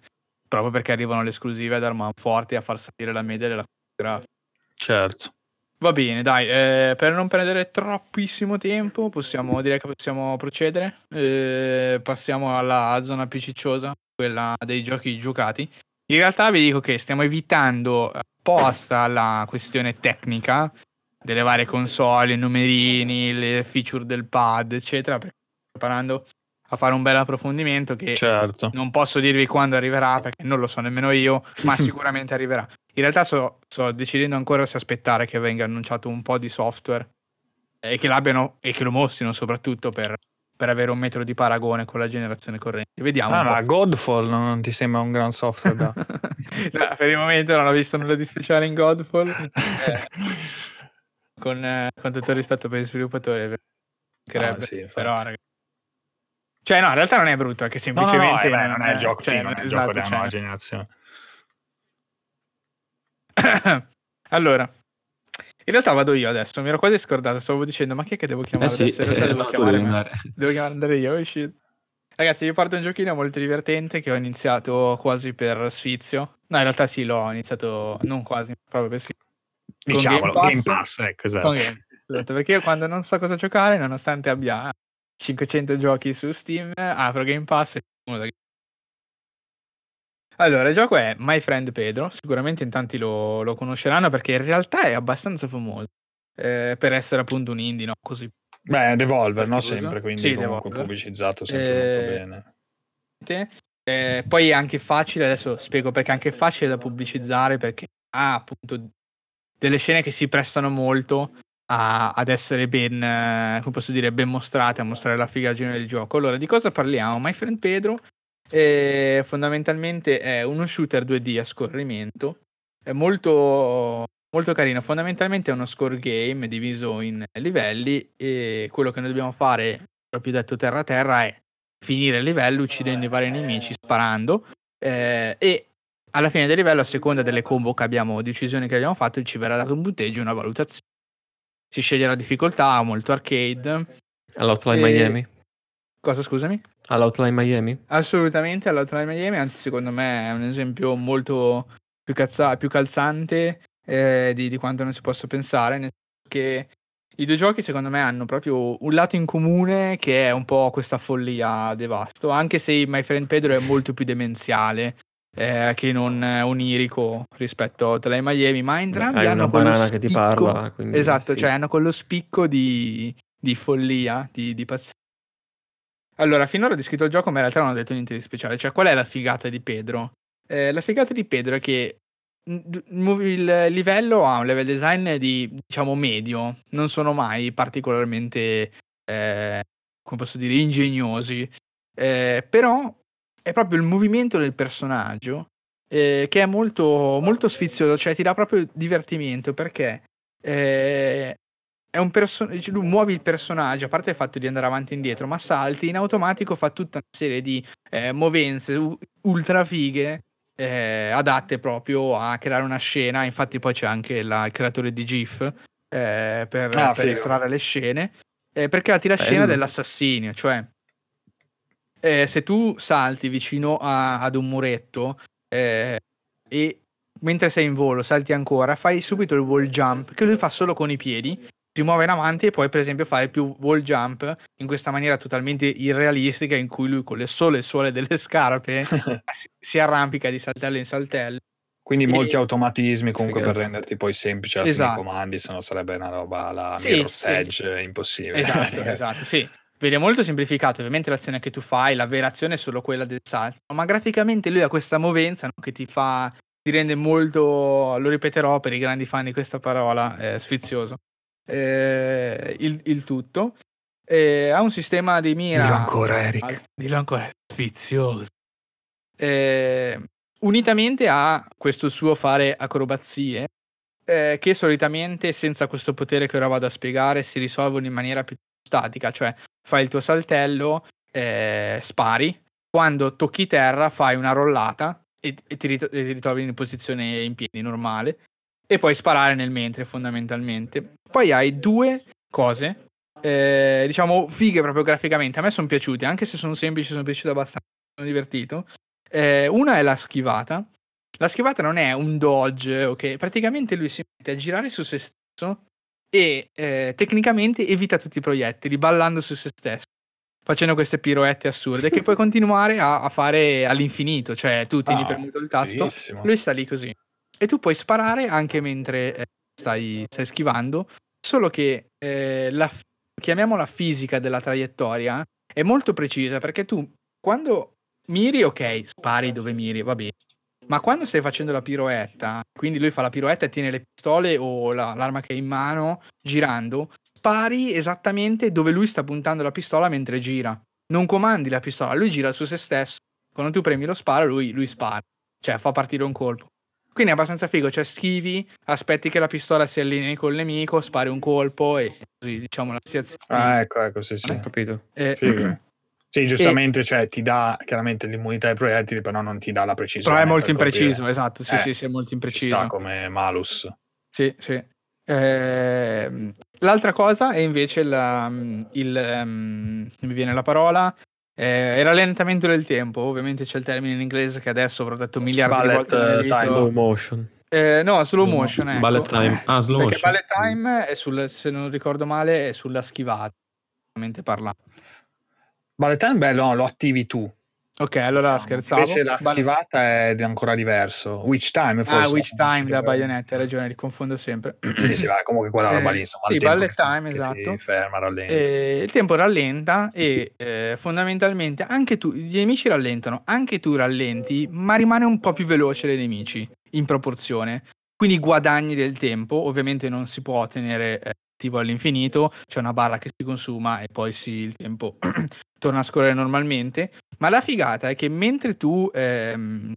proprio perché arrivano le esclusive a dar man forte e a far salire la media della grafica. Certo. Va bene, dai, eh, per non perdere troppissimo tempo, possiamo dire che possiamo procedere. Eh, passiamo alla zona più cicciosa, quella dei giochi giocati. In realtà vi dico che stiamo evitando apposta la questione tecnica delle varie console, i numerini, le feature del pad, eccetera, perché sto preparando a fare un bel approfondimento che Certo. non posso dirvi quando arriverà perché non lo so nemmeno io, ma sicuramente arriverà. In realtà sto, sto decidendo ancora se aspettare che venga annunciato un po' di software e che l'abbiano e che lo mostrino soprattutto per, per avere un metro di paragone con la generazione corrente. Vediamo Ah, un po'. ma Godfall non ti sembra un gran software da... No, per il momento non ho visto nulla di speciale in Godfall. Eh, con, eh, con tutto il rispetto per gli sviluppatori, Ah, sì, infatti. però ragazzi. Cioè no, in realtà non è brutto, è che No, no, no, semplicemente eh, beh, non è il gioco, cioè, sì, non è il esatto, gioco della cioè- nuova generazione. Allora, in realtà vado io adesso, mi ero quasi scordato, stavo dicendo ma chi è che devo chiamare Eh sì, adesso? In realtà eh, devo no, tu chiamare devi me. andare. Devo chiamare andare io, oh shit. Ragazzi, vi porto un giochino molto divertente che ho iniziato quasi per sfizio. No, in realtà sì, l'ho iniziato non quasi, proprio per sfizio. Con Diciamolo, Game Game Pass. Pass, ecco, esatto. Con Game Pass, esatto, perché io quando non so cosa giocare, nonostante abbia cinquecento giochi su Steam, apro Game Pass e uno da... Allora, il gioco è My Friend Pedro, sicuramente in tanti lo, lo conosceranno perché in realtà è abbastanza famoso, eh, per essere appunto un indie, no? Così. Beh, Devolver, no? Chiuso. Sempre, quindi Sì, comunque Devolver. pubblicizzato sempre Eh, molto bene. Eh, poi è anche facile, adesso spiego perché è anche facile da pubblicizzare perché ha appunto delle scene che si prestano molto a, ad essere ben, eh, come posso dire, ben mostrate, a mostrare la figaggine del gioco. Allora, di cosa parliamo? My Friend Pedro eh, fondamentalmente è uno shooter due D a scorrimento, è molto, molto carino, fondamentalmente è uno score game diviso in livelli e quello che noi dobbiamo fare, proprio detto terra terra, è finire il livello uccidendo i vari nemici, sparando eh, e alla fine del livello, a seconda delle combo che abbiamo, decisioni che abbiamo fatto, ci verrà dato un punteggio e una valutazione. Si sceglie la difficoltà, molto arcade. All'Hotline E- Miami? Cosa, scusami? All'Hotline Miami? Assolutamente all'Hotline Miami, anzi secondo me è un esempio molto più, cazza- più calzante eh, di, di quanto non si possa pensare, nel senso che i due giochi secondo me hanno proprio un lato in comune che è un po' questa follia devasto, anche se My Friend Pedro è molto più demenziale eh, che non eh, onirico rispetto a Hotline Miami, ma entrambi Hai hanno una quello banana che ti spicco- parla, quindi esatto, sì. cioè hanno quello spicco di, di follia, di, di pazzia. Allora, finora ho descritto il gioco, ma in realtà non ho detto niente di speciale. Cioè, qual è la figata di Pedro? Eh, la figata di Pedro è che mm, d- il livello ha un level design di, diciamo, medio. Non sono mai particolarmente, eh, come posso dire, ingegnosi. Eh, però è proprio il movimento del personaggio eh, che è molto, molto sfizioso. Cioè, ti dà proprio divertimento perché... eh, è un personaggio, lui muovi il personaggio, a parte il fatto di andare avanti e indietro, ma salti, in automatico fa tutta una serie di eh, movenze u- ultra fighe eh, adatte proprio a creare una scena. Infatti poi c'è anche la- il creatore di GIF eh, per, Ah, per figo. estrarre le scene, eh, per crearti la scena Bello. dell'assassinio, cioè eh, se tu salti vicino a- ad un muretto eh, e mentre sei in volo salti ancora, fai subito il wall jump che lui fa solo con i piedi, si muove in avanti e puoi per esempio fare più wall jump in questa maniera totalmente irrealistica in cui lui con le sole suole delle scarpe si, si arrampica di saltello in saltello. Quindi E- molti automatismi comunque Figata. per renderti poi semplice alla fine i Esatto. comandi, se no sarebbe una roba alla Sì, Mirror's sì. Edge impossibile. Esatto, esatto, sì. Vedi, è molto semplificato, ovviamente l'azione che tu fai, la vera azione è solo quella del salto, ma graficamente lui ha questa movenza, no, che ti fa, ti rende molto, lo ripeterò per i grandi fan di questa parola, eh, sfizioso. Eh, il, il tutto. Eh, ha un sistema di mira... Dillo ancora, Eric. al- Dillo ancora, sfizioso. Eh, unitamente a questo suo fare acrobazie, eh, che solitamente senza questo potere che ora vado a spiegare si risolvono in maniera più statica, cioè fai il tuo saltello, eh, spari, quando tocchi terra fai una rollata e, e ti, rit- e ti ritrovi in posizione in piedi normale e puoi sparare nel mentre fondamentalmente. Poi hai due cose, eh, diciamo fighe proprio graficamente, a me sono piaciute, anche se sono semplici, sono piaciute abbastanza, mi sono divertito. Eh, una è la schivata. La schivata non è un dodge, ok? Praticamente lui si mette a girare su se stesso e eh, tecnicamente evita tutti i proiettili, ballando su se stesso, facendo queste piroette assurde che puoi continuare a, a fare all'infinito. Cioè, tu tieni Ah, premuto il tasto, fighissimo. lui sta lì così. E tu puoi sparare anche mentre eh, stai, stai schivando, solo che eh, la, chiamiamola fisica della traiettoria è molto precisa, perché tu quando miri, ok, spari dove miri, va bene. Ma quando stai facendo la piroetta, quindi lui fa la piroetta e tiene le pistole o la- l'arma che è in mano, girando, spari esattamente dove lui sta puntando la pistola mentre gira. Non comandi la pistola, lui gira su se stesso. Quando tu premi lo sparo, lui, lui spara. Cioè, fa partire un colpo. Quindi è abbastanza figo, cioè schivi, aspetti che la pistola si allinei col nemico, spari un colpo e così, diciamo, la situazione. Ah, ecco, ecco, sì, sì. Ho capito. Eh, Figo. Sì, giustamente, cioè ti dà chiaramente l'immunità ai proiettili, però non ti dà la precisione. Però è molto per colpire. impreciso, esatto, sì, Eh, sì, sì, è molto Ci impreciso. sta come malus. Sì, sì. Ehm, l'altra cosa è invece la, il, ehm, non mi viene la parola, eh, il rallentamento del tempo. Ovviamente c'è il termine in inglese che adesso avrò detto miliardi Bullet, di volte nella eh, vita. time. Slow motion. Eh, no, slow motion, ecco. Bullet time. Ah, slow Perché motion. bullet time è sul, se non ricordo male, è sulla schivata, ovviamente parlando. Bullet time, bello, no, lo attivi tu. Ok, allora Diciamo. scherzavo. Invece la Bullet- schivata è ancora diverso. Witch time, forse. Ah, Witch Time da Bayonetta, hai ragione, li confondo sempre. Sì, sì, va, comunque quella roba Eh, lì, insomma, sì, il tempo bullet che si, time, che esatto. si ferma, rallenta. E il tempo rallenta e eh, fondamentalmente anche tu, gli nemici rallentano, anche tu rallenti, ma rimane un po' più veloce dei nemici in proporzione. Quindi guadagni del tempo, ovviamente non si può tenere eh, attivo all'infinito, c'è una barra che si consuma e poi sì, il tempo torna a scorrere normalmente. Ma la figata è che mentre tu ehm,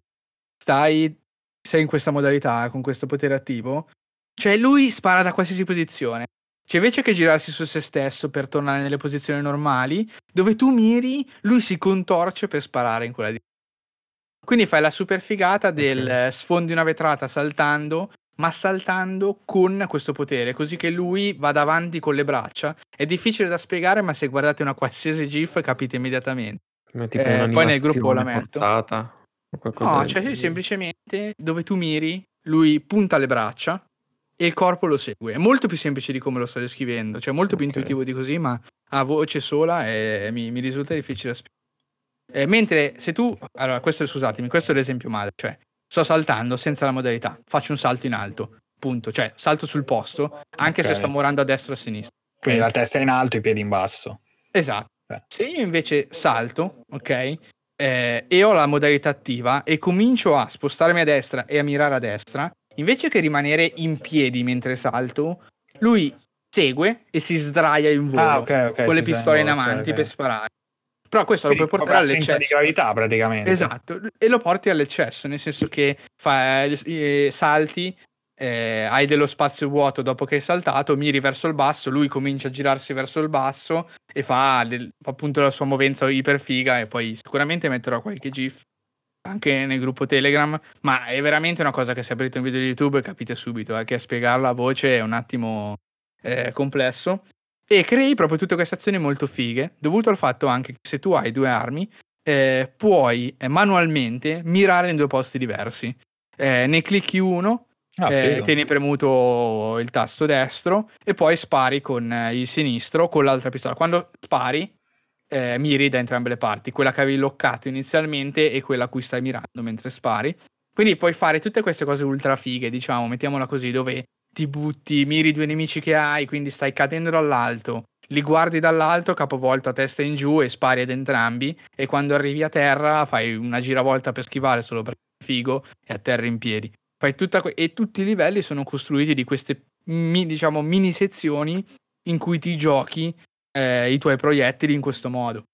stai, sei in questa modalità con questo potere attivo, cioè lui spara da qualsiasi posizione. Cioè invece che girarsi su se stesso per tornare nelle posizioni normali, dove tu miri, lui si contorce per sparare in quella direzione. Quindi fai la super figata del Ok. sfondi una vetrata saltando, ma saltando con questo potere, così che lui vada avanti con le braccia. È difficile da spiegare, ma se guardate una qualsiasi GIF capite immediatamente. Come tipo Eh, poi nel gruppo la un'animazione metto. forzata o qualcosa No, del cioè sì, genere. semplicemente dove tu miri, lui punta le braccia e il corpo lo segue. È molto più semplice di come lo sto descrivendo, cioè molto più Ok. intuitivo di così, ma a voce sola e mi, mi risulta difficile da spiegare. Eh, mentre se tu, allora questo scusatemi, questo è l'esempio male, cioè sto saltando senza la modalità, faccio un salto in alto, punto, cioè salto sul posto, anche Ok. se sto morando a destra o a sinistra. Quindi Ok? la testa è in alto, i piedi in basso. Esatto. Eh. Se io invece salto, ok, eh, e ho la modalità attiva e comincio a spostarmi a destra e a mirare a destra, invece che rimanere in piedi mentre salto, lui segue e si sdraia in volo Ah, ok, ok. con le si pistole in sente, ok, avanti ok. per sparare. Però questo lo Quindi puoi proprio portare assenza di all'eccesso. gravità, praticamente. Esatto, e lo porti all'eccesso, nel senso che fai, eh, salti, eh, hai dello spazio vuoto dopo che hai saltato, miri verso il basso, lui comincia a girarsi verso il basso e fa del- appunto la sua movenza iperfiga e poi sicuramente metterò qualche GIF anche nel gruppo Telegram, ma è veramente una cosa che se aprite un video di YouTube capite subito, eh, che a spiegarla a voce è un attimo eh, complesso. E crei proprio tutte queste azioni molto fighe, dovuto al fatto anche che se tu hai due armi, eh, puoi eh, manualmente mirare in due posti diversi. Eh, ne clicchi uno, Ah, eh, figo. tieni premuto il tasto destro e poi spari con eh, il sinistro con l'altra pistola. Quando spari, eh, miri da entrambe le parti, quella che avevi loccato inizialmente e quella a cui stai mirando mentre spari. Quindi puoi fare tutte queste cose ultra fighe, diciamo, mettiamola così, dove ti butti, miri i due nemici che hai, quindi stai cadendo dall'alto, li guardi dall'alto, capovolto a testa in giù e spari ad entrambi, e quando arrivi a terra fai una giravolta per schivare solo per figo e atterri in piedi. Fai tutta que- e tutti i livelli sono costruiti di queste, mi- diciamo, mini sezioni in cui ti giochi eh, i tuoi proiettili in questo modo.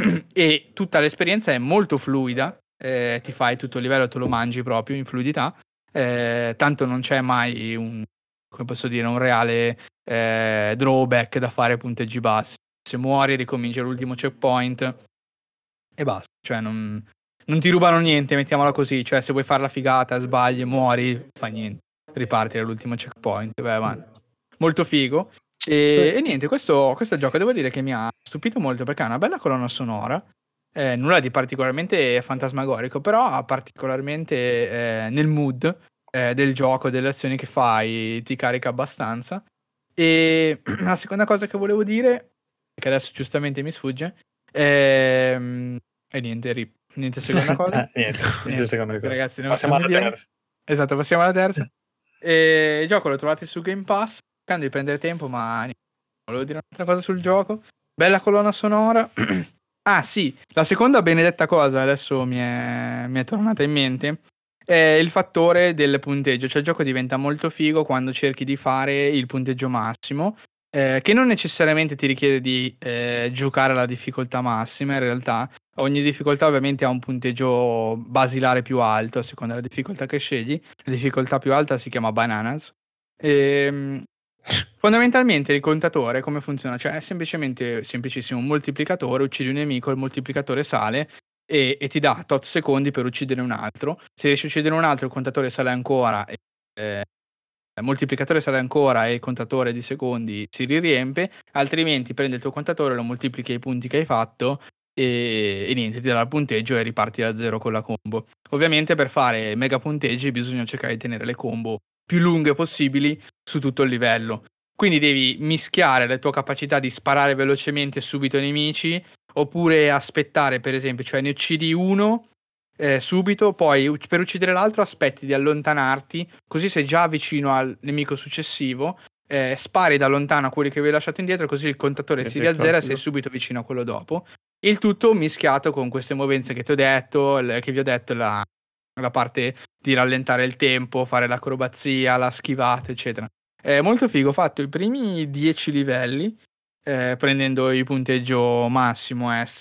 E tutta l'esperienza è molto fluida, eh, ti fai tutto il livello, te lo mangi proprio in fluidità, eh, tanto non c'è mai un, come posso dire, un reale eh, drawback da fare punteggi bassi. Se muori ricominci all'ultimo checkpoint e basta, cioè non, non ti rubano niente, mettiamola così, cioè se vuoi fare la figata, sbagli, muori, fa niente, riparti all'ultimo checkpoint, vai avanti. Molto figo. E, e niente, questo, questo gioco devo dire che mi ha stupito molto perché ha una bella colonna sonora, eh, nulla di particolarmente fantasmagorico, però particolarmente eh, nel mood eh, del gioco, delle azioni che fai, ti carica abbastanza. E la seconda cosa che volevo dire, che adesso giustamente mi sfugge, ehm, e niente, rip. Niente seconda cosa. Eh, niente, niente seconda cosa. Ragazzi, non Passiamo non mi alla viene. terza. Esatto, passiamo alla terza. E il gioco lo trovate su Game Pass, cercando di prendere tempo, ma niente. Volevo dire un'altra cosa sul gioco. Bella colonna sonora. Ah sì, la seconda benedetta cosa, adesso mi è, mi è tornata in mente, è il fattore del punteggio. Cioè il gioco diventa molto figo quando cerchi di fare il punteggio massimo, eh, che non necessariamente ti richiede di eh, giocare alla difficoltà massima. In realtà ogni difficoltà ovviamente ha un punteggio basilare più alto a seconda della difficoltà che scegli. La difficoltà più alta si chiama Bananas. Ehm... Fondamentalmente il contatore come funziona? Cioè è semplicemente semplicissimo un moltiplicatore, uccidi un nemico, il moltiplicatore sale e, e ti dà tot secondi per uccidere un altro. Se riesci a uccidere un altro il contatore sale ancora, e, eh, il moltiplicatore sale ancora e il contatore di secondi si riempie, altrimenti prendi il tuo contatore, lo moltiplichi ai punti che hai fatto e, e niente, ti dà il punteggio e riparti da zero con la combo. Ovviamente per fare mega punteggi bisogna cercare di tenere le combo più lunghe possibili su tutto il livello. Quindi devi mischiare la tua capacità di sparare velocemente subito ai nemici, oppure aspettare, per esempio, cioè ne uccidi uno eh, subito, poi u- per uccidere l'altro aspetti di allontanarti, così sei già vicino al nemico successivo, eh, spari da lontano a quelli che avevi lasciato indietro, così il contatore Che si sei riazzera e classico. sei subito vicino a quello dopo. Il tutto mischiato con queste movenze che ti ho detto, le- che vi ho detto, la, la parte di rallentare il tempo, fare l'acrobazia, la schivata, eccetera. È molto figo, ho fatto i primi dieci livelli eh, prendendo il punteggio massimo S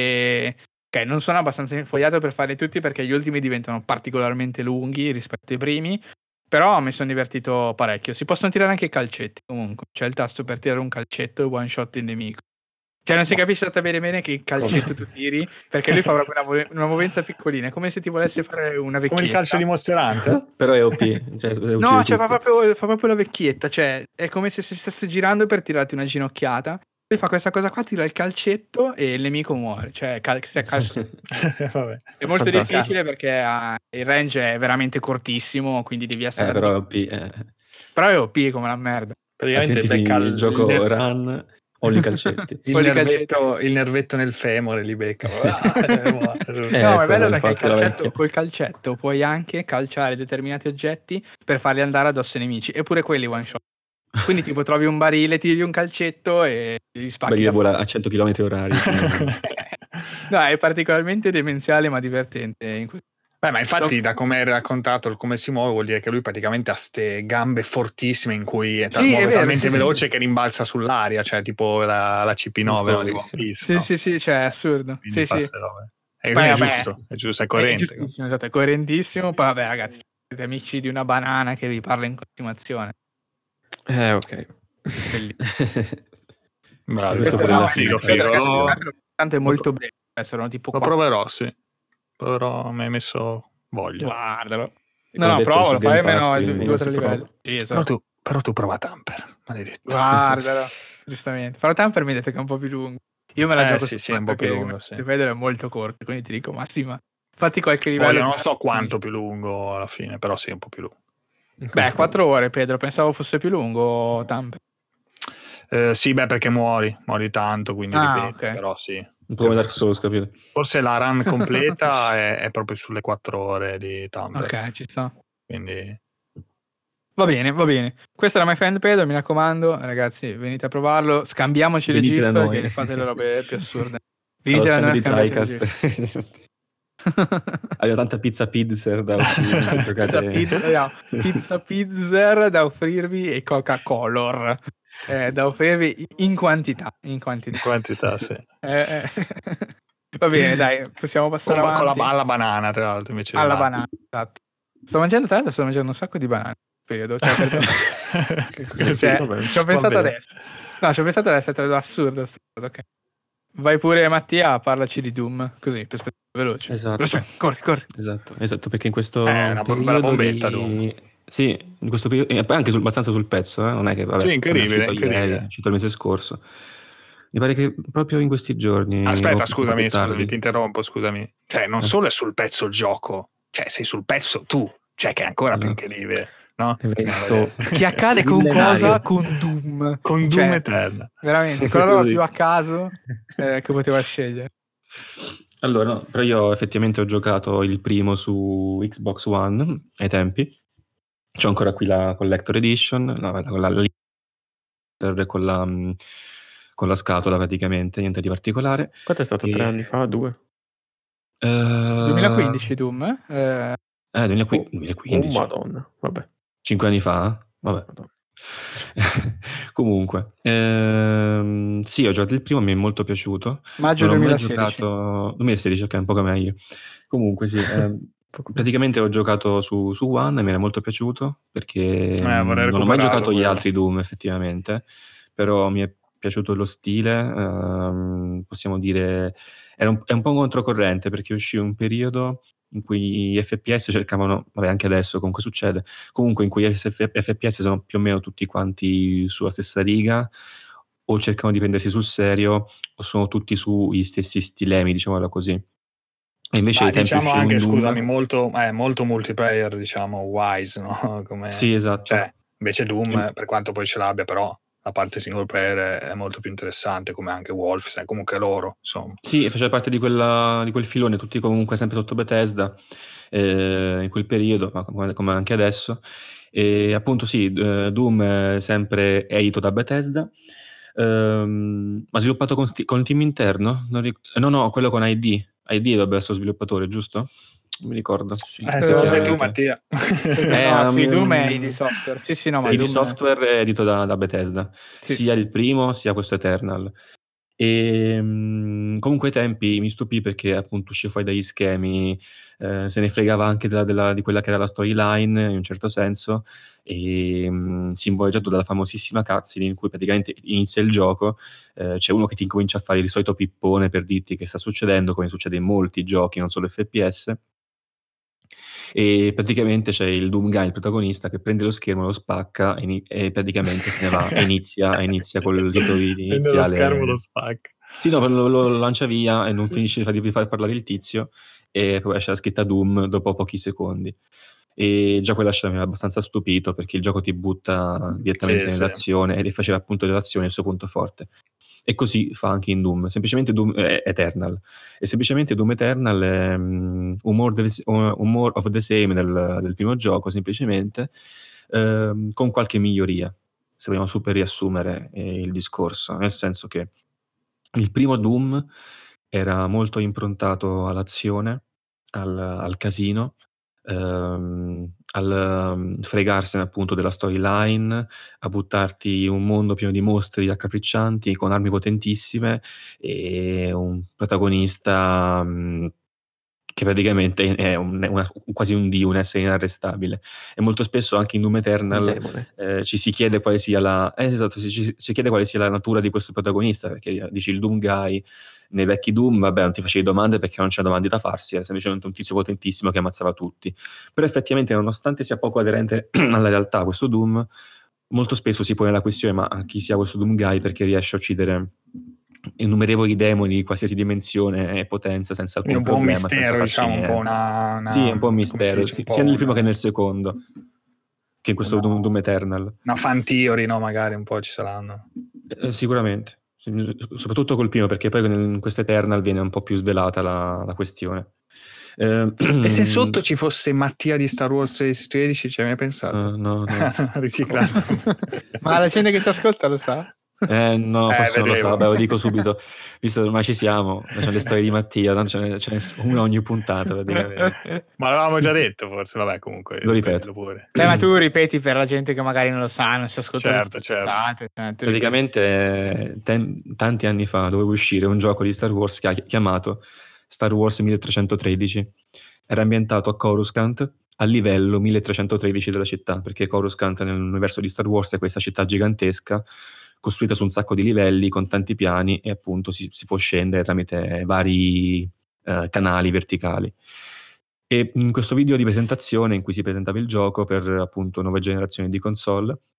e ok, non sono abbastanza infogliato per farli tutti perché gli ultimi diventano particolarmente lunghi rispetto ai primi, però mi sono divertito parecchio. Si possono tirare anche i calcetti comunque, c'è il tasto per tirare un calcetto e one shot il nemico. Cioè non si capisce stata bene bene che calcetto tu tiri, perché lui fa proprio una, vo- una movenza piccolina, è come se ti volesse fare una vecchietta. Come il calcio di Monster Hunter? Però è O P. Cioè, uccide No, cioè fa tutti. proprio, fa proprio la vecchietta, cioè è come se si stesse girando per tirarti una ginocchiata. Poi fa questa cosa qua, tira il calcetto e il nemico muore. Cioè cal- si accalcia. Vabbè. È molto Fantastico. difficile perché ah, il range è veramente cortissimo, quindi devi essere... Eh, però è O P. Eh. Però è O P come la merda. Praticamente Altrimenti becca il il, gioco il, run o i calcetti. il O li nervetto, il nervetto nel femore li becca. Eh, No, ma è quello bello perché il infatti, la calcetto, vecchia. col calcetto puoi anche calciare determinati oggetti per farli andare addosso ai nemici, eppure quelli one shot. Quindi tipo trovi un barile, tiri un calcetto e gli spacchi Barile la vola a cento chilometri orari. No, è particolarmente demenziale ma divertente. In que- Beh, ma infatti da come hai raccontato come si muove vuol dire che lui praticamente ha ste gambe fortissime in cui è, ta- Sì, è muove vero, talmente sì, sì. veloce che rimbalza sull'aria, cioè tipo la, la C P nove no, di One Mostruosissimo. Piece. Sì, no? sì, sì, cioè è assurdo. Quindi Sì, fa sì. ste robe. E Poi, quindi è vabbè, giusto, è giusto, è È coerente. giustissimo, esatto, è coerentissimo. Poi vabbè ragazzi, siete amici di una banana che vi parla in continuazione. Eh, ok. Bellissimo. Bravo, Questo Questo pure no, la è- figa, figo, figo. ragazzi, Lo, tanto è molto breve, sono tipo lo quattro. proverò, sì. Però mi hai messo voglia. Guardalo. E No, come no, detto, provalo, su Game fai Pass, almeno così due almeno o tre si prova. livelli. Sì, Però esatto. tu, però tu prova Tamper, maledetto. Guardalo, giustamente. Farò Tamper mi ha detto che è un po' più lungo. Io me la Eh, gioco sì, su sì, è un po' quattro più che lungo, sì. il livello è molto corto, quindi ti dico, ma sì, ma fatti qualche Oh, livello. io non so quanto più lungo alla fine, però sì, è un po' più lungo. Beh, quattro ore, Pedro, pensavo fosse più lungo Tamper. Eh, sì, beh, perché muori, muori tanto, quindi Ah, ripeti, ok. però sì. Un po' come Dark Souls, capito? Forse la run completa è, è proprio sulle quattro ore di Tamper. Ok, ci sta. Quindi Va bene, va bene. Questa era My Friend Pedro, mi raccomando, ragazzi, venite a provarlo, scambiamoci le Venite da GIF noi. che fate le robe più assurde. Allo Venite da stand noi a di scambiarci le GIF. TriCast. Abbiamo tanta pizza pizzer da offrirvi per giocare. Pizza, pizza, no, pizza pizzer da offrirvi e Coca-Cola eh, da offrirvi in quantità. In quantità. in quantità, sì. Eh, eh. Va bene, dai, possiamo passare Con, con la, avanti. alla banana, tra l'altro, invece Alla della- banana, esatto. Sto mangiando, tra l'altro, sto mangiando un sacco di banane. Periodo, cioè, per... Così, cioè, vabbè, ci ho va pensato bene. adesso. No, ci ho pensato adesso, è stato assurdo sta cosa, ok. Vai pure Mattia, parlaci di Doom, così, per veloce. Esatto. Veloce, corri, corri. Esatto, esatto, perché in questo Eh, una bo- bella periodo bombetta, di... Doom. Sì, in questo periodo, e poi anche sul- abbastanza sul pezzo, eh? Non è che vabbè, Sì, non è incredibile, uscito incredibile. ieri, è uscito il mese scorso. Mi pare che proprio in questi giorni... Aspetta, o- scusami, o tardi. scusami, ti interrompo, scusami. Cioè, non Eh. solo è sul pezzo il gioco, cioè sei sul pezzo tu, cioè che è ancora più Esatto. incredibile, no? Evento Che accade con millenario. cosa? Con Doom. Con Doom Cioè, Eternal. veramente, con la roba Così. più a caso eh, che poteva scegliere. Allora, no, però io effettivamente ho giocato il primo su Xbox One ai tempi. C'ho ancora qui la Collector Edition, no, con la, la- con la, mm, con la scatola praticamente, niente di particolare. Quanto è stato? E- Tre anni fa? Due? Eh, duemilaquindici Doom, eh? Eh, duemilaquindici, Oh, duemilaquindici. oh, madonna. Vabbè. Cinque anni fa? Vabbè. Madonna. Comunque, ehm, sì, ho giocato il primo, mi è molto piaciuto. Maggio Non ho mai duemilasedici. giocato... duemilasedici, ok, un po' meglio. Comunque, sì, ehm, Poco bene. praticamente ho giocato su, su One e mi era molto piaciuto perché Eh, mh, vorrei non ho mai recuperarlo giocato gli quello. altri Doom, effettivamente, però mi è piaciuto lo stile, ehm, possiamo dire... Era un, è un po' un controcorrente perché uscì un periodo in cui gli F P S cercavano, vabbè anche adesso comunque succede, comunque in cui gli F P S sono più o meno tutti quanti sulla stessa riga, o cercano di prendersi sul serio, o sono tutti sugli stessi stilemi, diciamola così. E invece Ma ai tempi diciamo uscì anche, un Doom... scusami, molto, eh, molto multiplayer, diciamo, wise, no? Come, Sì, esatto. cioè, invece Doom, E- per quanto poi ce l'abbia, però la parte single player è, è molto più interessante, come anche Wolf, sai, comunque loro, insomma. Sì, faceva parte di, quella, di quel filone, tutti comunque sempre sotto Bethesda, eh, in quel periodo, ma come, come anche adesso. E appunto sì, eh, Doom è sempre edito da Bethesda, ehm, ma sviluppato con, sti- con il team interno? Non ric- no, no, quello con I D. I D dovrebbe essere lo sviluppatore, giusto? Non mi ricordo. Sì. Eh, se lo sai tu, Eh, Mattia. Eh, no, non sì, mi- Doom è I D Software. Sì, sì, no, ma I D Doom è... Software è edito da, da Bethesda, Sì. sia il primo sia questo Eternal. E mh, comunque ai tempi mi stupì perché appunto uscì fuori dagli schemi, eh, se ne fregava anche della, della- di quella che era la storyline in un certo senso, e mh, simboleggiato dalla famosissima cutscene in cui praticamente inizia il gioco, eh, c'è uno che ti incomincia a fare il solito pippone per dirti che sta succedendo, come succede in molti giochi, non solo F P S. E praticamente c'è il Doom Guy, il protagonista, che prende lo schermo, lo spacca e, e praticamente se ne va e inizia, e inizia col titolo Prende lo schermo, iniziale. lo spacca. Sì, no, lo, lo lancia via e non finisce di far, di far parlare il tizio, e poi esce la scritta Doom dopo pochi secondi. E già quella scena mi aveva abbastanza stupito perché il gioco ti butta direttamente Sì, sì. nell'azione e faceva appunto dell'azione il suo punto forte. E così fa anche in Doom, semplicemente Doom eh, Eternal. E semplicemente Doom Eternal è um, un, more the, un more of the same del, del primo gioco, semplicemente ehm, con qualche miglioria, se vogliamo super riassumere eh, il discorso, nel senso che il primo Doom era molto improntato all'azione, al, al casino, ehm, al um, fregarsene appunto della storyline, a buttarti in un mondo pieno di mostri raccapriccianti con armi potentissime e un protagonista mh, che praticamente è un, è una, quasi un dio, un essere inarrestabile. E molto spesso anche in Doom Un Eternal demone. eh, ci si chiede quale sia la eh, esatto, si, ci, si chiede quale sia la natura di questo protagonista, perché dici il Doom Guy nei vecchi Doom, vabbè, non ti facevi domande perché non c'è domande da farsi, era semplicemente un tizio potentissimo che ammazzava tutti. Però effettivamente, nonostante sia poco aderente alla realtà questo Doom, molto spesso si pone la questione: ma chi sia questo Doom Guy, perché riesce a uccidere innumerevoli demoni di qualsiasi dimensione e potenza senza alcun Quindi un po' un problema, senza mistero, farci diciamo, un po' niente. una, una Sì, è un po' un come si mistero, dice, sì, un po' sia nel primo una, che nel secondo, che in questo una, Doom, Doom Eternal. una fan theory, no? Magari un po' ci saranno. Eh, sicuramente, soprattutto col primo, perché poi in questo Eternal viene un po' più svelata la, la questione. Eh, E se sotto ci fosse Mattia di Star Wars tredici tredici, ci hai mai pensato? Uh, no, no. Riciclato. Ma la gente che ci ascolta lo sa? Eh, no, Eh, forse non lo so, vedevo. vabbè, lo dico subito, visto che ormai ci siamo, c'è le storie di Mattia, tanto ce n'è, ce n'è una ogni puntata praticamente. Ma l'avevamo già detto, forse, vabbè, comunque, Lo ripeto. ripetilo pure. Beh, ma tu ripeti per la gente che magari non lo sa, non si ascolta. Certo, le certo. puntate, cioè, tu Praticamente eh, ten- tanti anni fa doveva uscire un gioco di Star Wars che ha chiamato Star Wars milletrecentotredici. Era ambientato a Coruscant, a livello milletrecentotredici della città, perché Coruscant nell'universo di Star Wars è questa città gigantesca costruita su un sacco di livelli con tanti piani, e appunto si, si può scendere tramite vari eh, canali verticali. E in questo video di presentazione in cui si presentava il gioco per appunto nuove generazioni di console,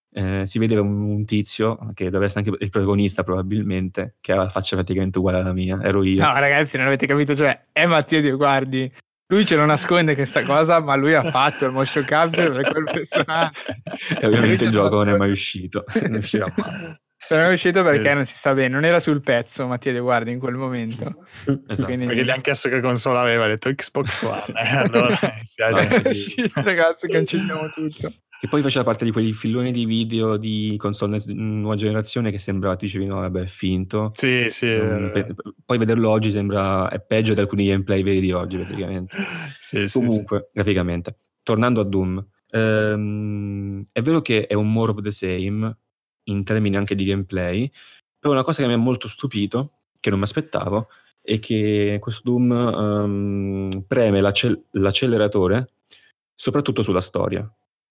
eh, si vedeva un, un tizio che doveva essere anche il protagonista probabilmente, che aveva la faccia praticamente uguale alla mia, ero io. No, ragazzi, non avete capito, cioè è Mattia Dioguardi. Lui ce lo nasconde questa cosa, ma lui ha fatto il motion capture per quel personaggio. E ovviamente Lui il ce lo gioco non è mai nasconde. uscito, non uscirà mai. Non è uscito perché Sì, non si sa bene, non era sul pezzo Mattia Dioguardi in quel momento. Esatto. Quindi- Perché gli hanno chiesto che console aveva, ha detto Xbox One. Eh, allora, mi spiace. Basta. Shit, ragazzi, cancelliamo tutto. Che poi faceva parte di quei filoni di video di console s- nuova generazione che sembrava, ti dicevi no vabbè è finto. Sì, sì. Non- eh, pe- poi vederlo oggi sembra è peggio di alcuni gameplay veri di oggi praticamente. sì, sì, Comunque, graficamente, tornando a Doom, ehm, è vero che è un more of the same in termini anche di gameplay, però una cosa che mi ha molto stupito, che non mi aspettavo, è che questo Doom ehm, preme l'accel- l'acceleratore soprattutto sulla storia,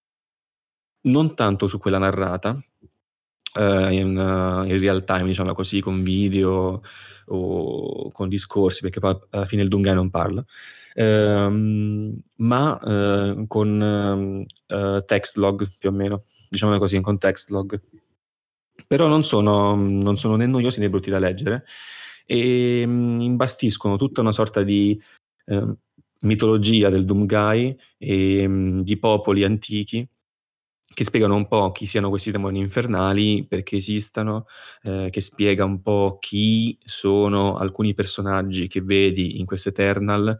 non tanto su quella narrata, eh, in, eh, in real time, diciamo così, con video o con discorsi, perché poi alla fine il Doom Guy non parla, ehm, ma eh, con ehm, eh, text log più o meno, diciamo così, con text log. Però non sono, non sono né noiosi né brutti da leggere e mh, imbastiscono tutta una sorta di eh, mitologia del Doomguy e mh, di popoli antichi che spiegano un po' chi siano questi demoni infernali, perché esistano, eh, che spiega un po' chi sono alcuni personaggi che vedi in questo Eternal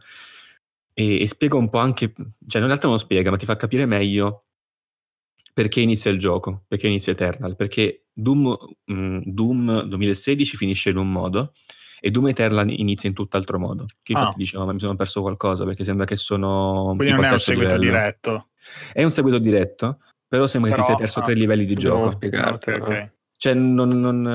e, e spiega un po' anche, cioè in realtà non lo spiega, ma ti fa capire meglio perché inizia il gioco, perché inizia Eternal, perché Doom, mh, Doom duemilasedici finisce in un modo e Doom Eternal inizia in tutt'altro modo. Che infatti Ah. dicevo, ma mi sono perso qualcosa perché sembra che sono Quindi tipo non al è un terzo seguito livello. diretto. È un seguito diretto, però sembra che ti Però, sei perso ah. tre livelli di Dobbiamo gioco. spiegartelo. Ok, ok. eh. Cioè, non, non,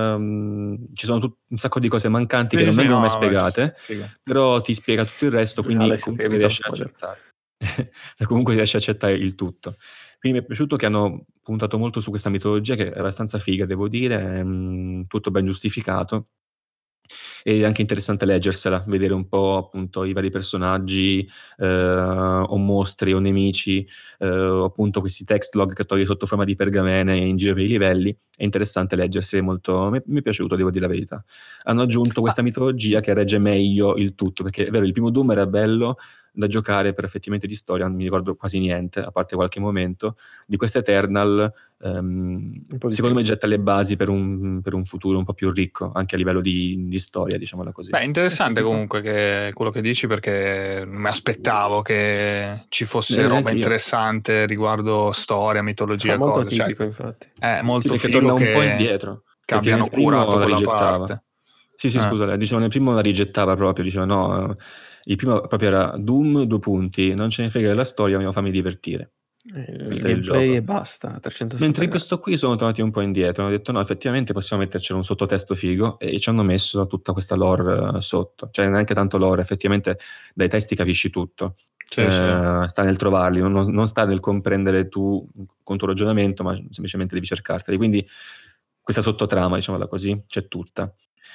ehm, ci sono tut- un sacco di cose mancanti Sì, che non sì, vengono no, mai vabbè, spiegate, figo. però ti spiega tutto il resto, quindi Alex, comunque evita riesci a spoiler. accettare. Comunque riesci a accettare il tutto. Quindi mi è piaciuto che hanno puntato molto su questa mitologia che è abbastanza figa, devo dire, è, mm, tutto ben giustificato. E è anche interessante leggersela, vedere un po' appunto i vari personaggi eh, o mostri o nemici, eh, o appunto questi text log che togli sotto forma di pergamene in giro per i livelli. È interessante leggersi, è molto, mi, mi è piaciuto, devo dire la verità. Hanno aggiunto questa mitologia che regge meglio il tutto, perché è vero, il primo Doom era bello da giocare, per effettivamente di storia non mi ricordo quasi niente, a parte qualche momento. Di questo Eternal ehm, Un po' di secondo più. me getta le basi per un, per un futuro un po' più ricco anche a livello di, di storia, diciamola così. Beh, interessante Eh sì, comunque che quello che dici, perché non mi aspettavo che ci fosse Eh, roba neanche io. interessante riguardo storia, mitologia, Fa molto cose. Cioè, atipico, infatti. è Sì, molto perché figo torna un po' che, indietro, che perché abbiano nel primo curato la quella rigettava. parte. Sì, sì, Eh. scusa, diciamo nel primo la rigettava proprio, diceva no, eh, il primo proprio era Doom, due punti, non ce ne frega della storia, vogliamo farmi divertire. Eh, Il Questo è il gameplay gioco. e basta, a trecentosessanta Mentre in gradi. questo qui sono tornati un po' indietro, hanno detto no, effettivamente possiamo mettercelo un sottotesto figo e ci hanno messo tutta questa lore eh, sotto, cioè neanche tanto lore, effettivamente dai testi capisci tutto. Sì, Eh, sì. sta nel trovarli, non, non sta nel comprendere tu con tuo ragionamento, ma semplicemente devi cercarteli. Quindi questa sottotrama, diciamola così, c'è tutta.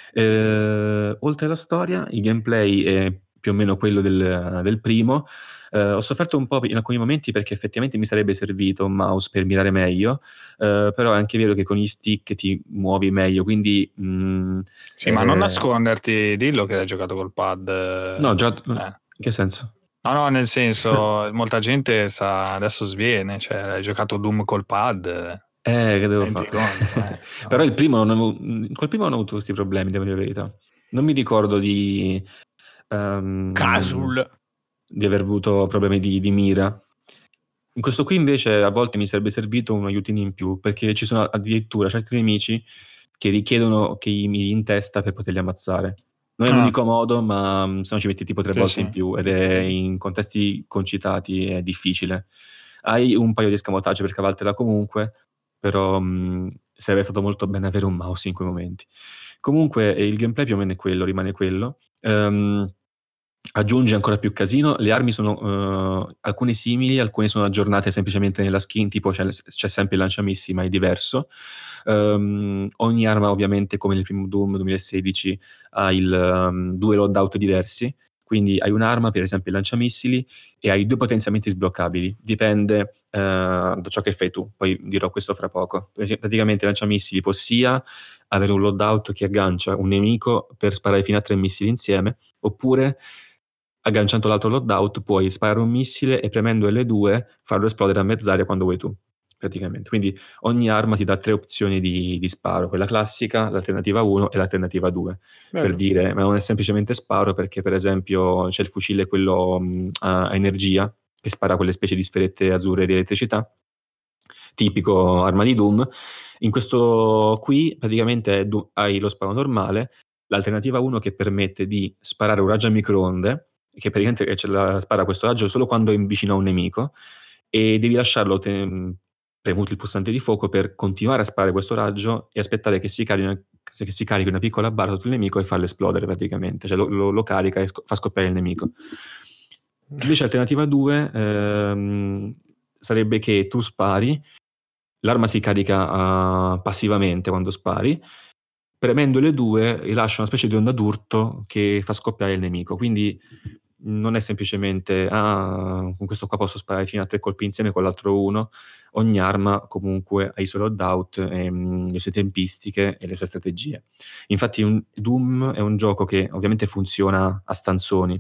Eh, oltre alla storia, il gameplay è più o meno quello del, del primo. Eh, ho sofferto un po' in alcuni momenti perché effettivamente mi sarebbe servito un mouse per mirare meglio, eh, però è anche vero che con gli stick ti muovi meglio, quindi... mh, Sì, ma non eh, nasconderti, dillo che hai giocato col pad. eh. no, già... Eh. In che senso? No, no, nel senso, molta gente sa, adesso sviene, cioè hai giocato Doom col pad. Eh, che devo Rendi fare? conto, eh, no. Però il primo non avevo, col primo non ho avuto questi problemi, devo dire la verità. Non mi ricordo di... ehm, Casul. di aver avuto problemi di, di mira. In questo qui invece a volte mi sarebbe servito un aiutino in più, perché ci sono addirittura certi nemici che richiedono che gli miri in testa per poterli ammazzare. Non è Ah. l'unico modo, ma mh, se no ci metti tipo tre Sì, volte sì. in più ed è in contesti concitati è difficile. Hai un paio di escamotage per cavartela comunque, però mh, sarebbe stato molto bene avere un mouse in quei momenti. Comunque eh, il gameplay più o meno è quello, rimane quello. Ehm, aggiunge ancora più casino, le armi sono uh, alcune simili, alcune sono aggiornate semplicemente nella skin, tipo c'è, c'è sempre il lanciamissili ma è diverso. Um, ogni arma ovviamente come nel primo Doom duemilasedici ha il, um, due loadout diversi, Quindi hai un'arma, per esempio il lanciamissili, e hai due potenziamenti sbloccabili, dipende eh, da ciò che fai tu, poi dirò questo fra poco. Praticamente il lanciamissili può sia avere un loadout che aggancia un nemico per sparare fino a tre missili insieme, oppure agganciando l'altro loadout puoi sparare un missile e premendo L due farlo esplodere a mezz'aria quando vuoi tu, praticamente. Quindi ogni arma ti dà tre opzioni di, di sparo, quella classica, l'alternativa uno e l'alternativa due. Bello. Per dire, ma non è semplicemente sparo, perché per esempio c'è il fucile quello mh, a energia, che spara quelle specie di sferette azzurre di elettricità, tipico arma di Doom. In questo qui praticamente du- hai lo sparo normale, l'alternativa uno che permette di sparare un raggio a microonde, che praticamente ce la, spara questo raggio solo quando è vicino a un nemico, e devi lasciarlo te- premuto il pulsante di fuoco per continuare a sparare questo raggio e aspettare che si carichi una, che si carichi una piccola barra sul nemico e farlo esplodere praticamente, cioè lo, lo, lo carica e sc- fa scoppiare il nemico. Invece alternativa due ehm, sarebbe che tu spari, l'arma si carica uh, passivamente quando spari, premendo le due rilascia una specie di onda d'urto che fa scoppiare il nemico, quindi non è semplicemente ah, con questo qua posso sparare fino a tre colpi insieme con l'altro uno. Ogni arma comunque ha i suoi loadout, ehm, le sue tempistiche e le sue strategie. Infatti un, Doom è un gioco che ovviamente funziona a stanzoni.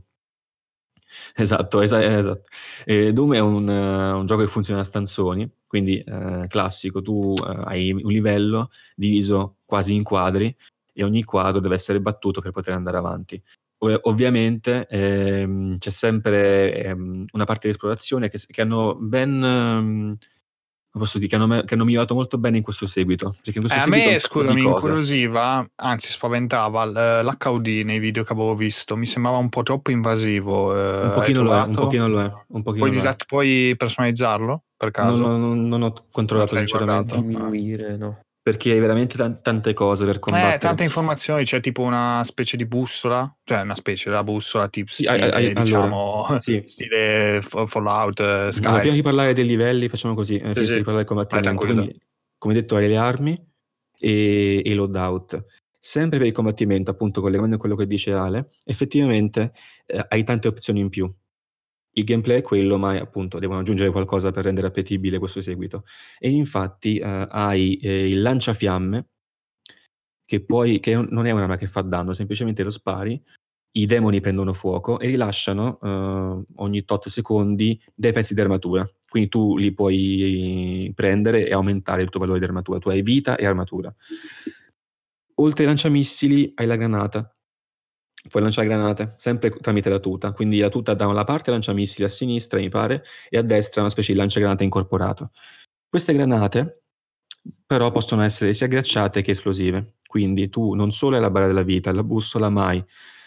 Esatto, esa- esatto. Eh, Doom è un, uh, un gioco che funziona a stanzoni, quindi eh, classico, tu eh, hai un livello diviso quasi in quadri e ogni quadro deve essere battuto per poter andare avanti. Ov- ovviamente ehm, c'è sempre ehm, una parte di esplorazione che, che hanno ben... ehm, come posso dire, che hanno, che hanno migliorato molto bene in questo seguito, perché in questo Eh, a seguito me, un sacco di scusami, cose. incuriosiva, anzi spaventava l- l'H U D nei video che avevo visto, mi sembrava un po' troppo invasivo. eh, Un hai pochino lo è, un trovato? pochino lo è, un pochino Puoi, lo è. disat- puoi personalizzarlo per Non, caso? non- non ho controllato Non ci hai sinceramente. guardato? Diminuire, no. Perché hai veramente tan- tante cose per Eh, combattere. tante informazioni, c'è tipo una specie di bussola, cioè una specie, la bussola tipo Sì, hai- stile, hai- allora, diciamo, sì. stile F- Fallout, eh, Allora, Sky. prima di parlare dei livelli, facciamo così, eh, Sì, finisco sì. di parlare del Vai combattimento. tranquillo. Quindi, come detto, hai le armi e, e i loadout. Sempre per il combattimento, appunto, collegando a quello che dice Ale, effettivamente eh, hai tante opzioni in più. Il gameplay è quello, ma appunto devono aggiungere qualcosa per rendere appetibile questo seguito. E infatti eh, hai eh, il lanciafiamme, che poi che non è un'arma che fa danno, semplicemente lo spari, i demoni prendono fuoco e rilasciano eh, ogni tot secondi dei pezzi di armatura. Quindi tu li puoi prendere e aumentare il tuo valore di armatura. Tu hai vita e armatura. Oltre ai lanciamissili hai la granata. Puoi lanciare granate, sempre tramite la tuta. Quindi la tuta da una parte lanciamissili a sinistra, mi pare, e a destra una specie di lanciagranate incorporato. Queste granate però possono essere sia ghiacciate che esplosive. Quindi tu non solo hai la barra della vita, la bussola, ma hai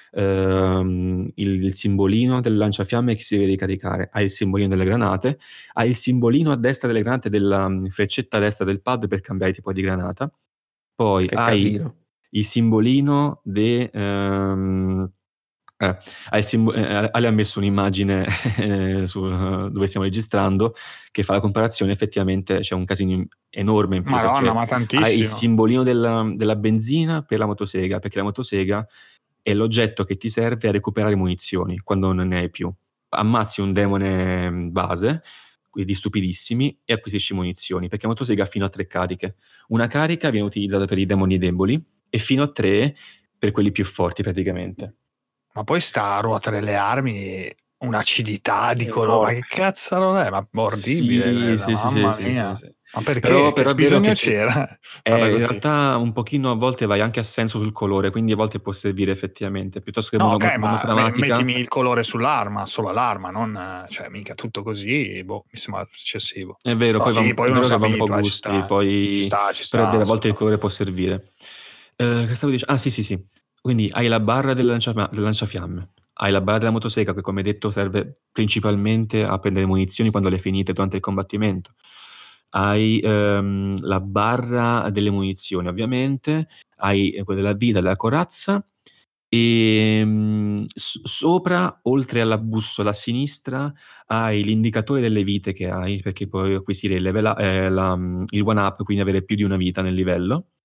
ehm, il, il simbolino del lanciafiamme che si deve ricaricare, hai il simbolino delle granate, hai il simbolino a destra delle granate della um, freccetta a destra del pad per cambiare tipo di granata. Poi Che hai casino. il simbolino de... ehm, eh, hai il simbo- eh, Ale ha messo un'immagine eh, su, uh, dove stiamo registrando che fa la comparazione, effettivamente c'è un casino in- enorme in più, Madonna, perché ma hai il tantissimo. simbolino della, della benzina per la motosega, perché la motosega è l'oggetto che ti serve a recuperare munizioni quando non ne hai più. Ammazzi un demone mm, base, quindi stupidissimi, e acquisisci munizioni, perché la motosega ha fino a tre cariche. Una carica viene utilizzata per i demoni deboli e fino a tre per quelli più forti praticamente. Ma poi sta a ruotare le armi, un'acidità di È colore, ma enorme. che cazzo non è? Ma orribile Sì, quella, sì, sì, sì, mamma sì, mia. sì, sì. Ma perché? Però, Che però è vero bisogno che c'era? Farla eh, in così. realtà un pochino a volte vai anche a senso sul colore, quindi a volte può servire effettivamente, piuttosto che No, mono- ok, ma me- monocromatica. mettimi il colore sull'arma, solo l'arma, non, eh, cioè, mica tutto così, boh, mi sembra eccessivo. È vero, No, poi va, sì, è poi uno vero si che va un po' a abitua, ci gusti, sta, ci poi sta, ci però è sta, vero, a volte il assolutamente. colore può servire. Eh, che stavo dicendo? Ah, sì, sì, sì. Quindi hai la barra del, lanciafia- del lanciafiamme, hai la barra della motosega che, come detto, serve principalmente a prendere munizioni quando le hai finite durante il combattimento. Hai ehm, la barra delle munizioni, ovviamente, hai eh, quella della vita, della corazza, e mm, s- sopra, oltre alla bussola a sinistra, hai l'indicatore delle vite che hai, perché puoi acquisire il, level up- eh, la- mm, il one up, quindi avere più di una vita nel livello.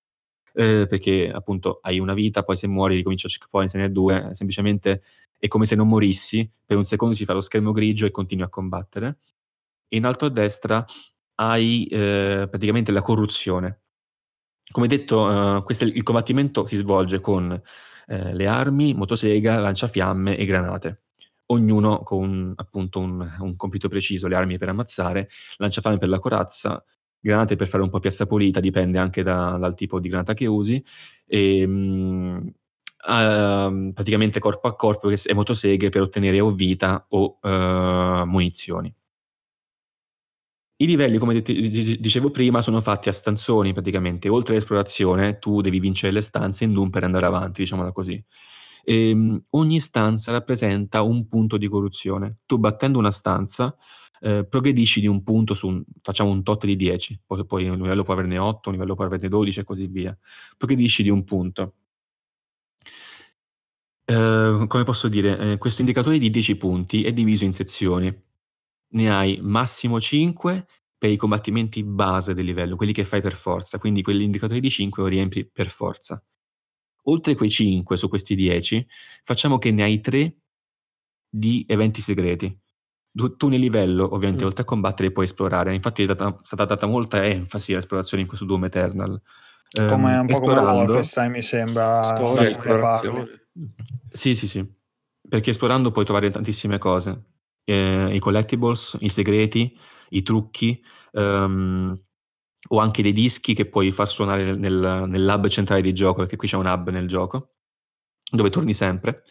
eh, perché appunto hai una vita, poi se muori ricominci a checkpoint, se ne hai due, semplicemente è come se non morissi, per un secondo si fa lo schermo grigio e continui a combattere. E in alto a destra hai eh, praticamente la corruzione. Come detto, eh, questo è il, il combattimento si svolge con eh, le armi, motosega, lanciafiamme e granate. Ognuno con appunto un, un compito preciso, le armi per ammazzare, lanciafiamme per la corazza, granate per fare un po' piazza pulita, dipende anche da, dal tipo di granata che usi, e mh, uh, praticamente corpo a corpo e motoseghe per ottenere o vita o uh, munizioni. I livelli, come dicevo prima, sono fatti a stanzoni praticamente. Oltre all'esplorazione, tu devi vincere le stanze in Doom per andare avanti, diciamola così. E, ogni stanza rappresenta un punto di corruzione. Tu battendo una stanza eh, progredisci di un punto su un, facciamo un tot di dieci, poi, poi un livello può averne otto, un livello può averne dodici e così via. Progredisci di un punto. Eh, come posso dire, eh, questo indicatore di dieci punti è diviso in sezioni. Ne hai massimo cinque per i combattimenti base del livello, quelli che fai per forza, quindi quell'indicatore di cinque lo riempi per forza. Oltre quei cinque su questi dieci, facciamo che ne hai tre di eventi segreti. Tu, tu nel livello, ovviamente, mm. oltre a combattere, puoi esplorare. Infatti è data, stata data molta enfasi all'esplorazione in questo Doom Eternal. Come, um, un po' come Wolfenstein, mi sembra. Storia, esplorazione. Sì, sì, sì. Perché esplorando puoi trovare tantissime cose. Eh, I collectibles, i segreti, i trucchi, um, o anche dei dischi che puoi far suonare nel, nel hub centrale di gioco, perché qui c'è un hub nel gioco, dove torni sempre.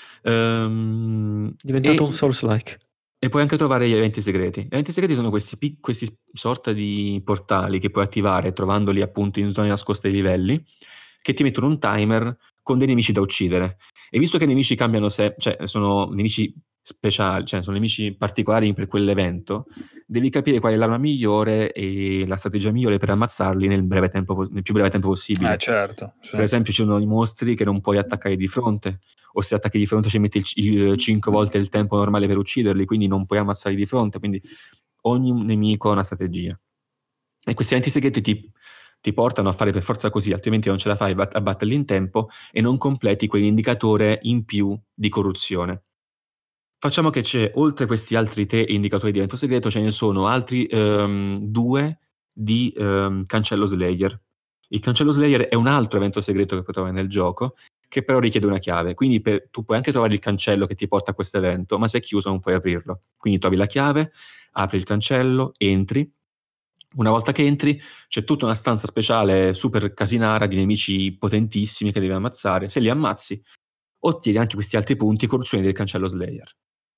Um, Diventato e, un Souls-like. E puoi anche trovare gli eventi segreti. Gli eventi segreti sono questi, pic- questi sorta di portali che puoi attivare trovandoli appunto in zone nascoste dei livelli, che ti mettono un timer con dei nemici da uccidere. E visto che i nemici cambiano se, cioè sono nemici speciali, cioè sono nemici particolari per quell'evento, devi capire qual è l'arma migliore e la strategia migliore per ammazzarli nel, breve tempo, nel più breve tempo possibile. Eh, certo, sì. Per esempio ci sono i mostri che non puoi attaccare di fronte, o se attacchi di fronte ci metti cinque volte il tempo normale per ucciderli, quindi non puoi ammazzarli di fronte, quindi ogni nemico ha una strategia. E questi eventi segreti ti, ti portano a fare per forza così, altrimenti non ce la fai a batterli in tempo e non completi quell'indicatore in più di corruzione. Facciamo che c'è, oltre questi altri tre indicatori di evento segreto, ce ne sono altri um, due di um, cancello Slayer. Il cancello Slayer è un altro evento segreto che puoi trovare nel gioco, che però richiede una chiave. Quindi per, tu puoi anche trovare il cancello che ti porta a questo evento, ma se è chiuso non puoi aprirlo. Quindi trovi la chiave, apri il cancello, entri. Una volta che entri c'è tutta una stanza speciale super casinara di nemici potentissimi che devi ammazzare. Se li ammazzi, ottieni anche questi altri punti corruzione del cancello Slayer.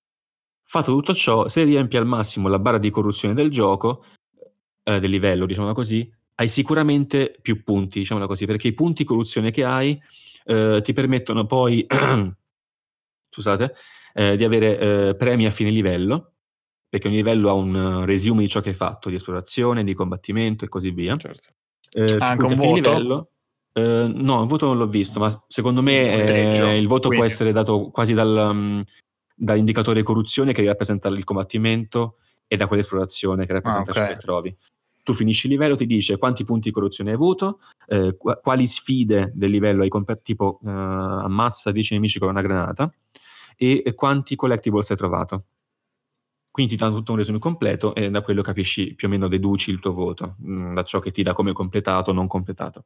Fatto tutto ciò, se riempi al massimo la barra di corruzione del gioco, eh, del livello, diciamo così, hai sicuramente più punti, diciamo così, perché i punti corruzione che hai eh, ti permettono poi, scusate, eh, di avere eh, premi a fine livello, perché ogni livello ha un resume di ciò che hai fatto, di esplorazione, di combattimento e così via. Certo. Eh, ah, anche un a fine voto? livello, eh, no, il voto non l'ho visto, ma secondo me eh, il voto quindi. può essere dato quasi dal... Um, dall'indicatore corruzione che rappresenta il combattimento e da quell'esplorazione che rappresenta ah, okay. ciò che trovi. Tu finisci il livello, ti dice quanti punti di corruzione hai avuto, eh, qu- quali sfide del livello hai comprato, tipo eh, ammazza dieci nemici con una granata, e, e quanti collectibles hai trovato. Quindi ti dà tutto un resume completo e da quello capisci, più o meno deduci il tuo voto, mh, da ciò che ti dà come completato o non completato.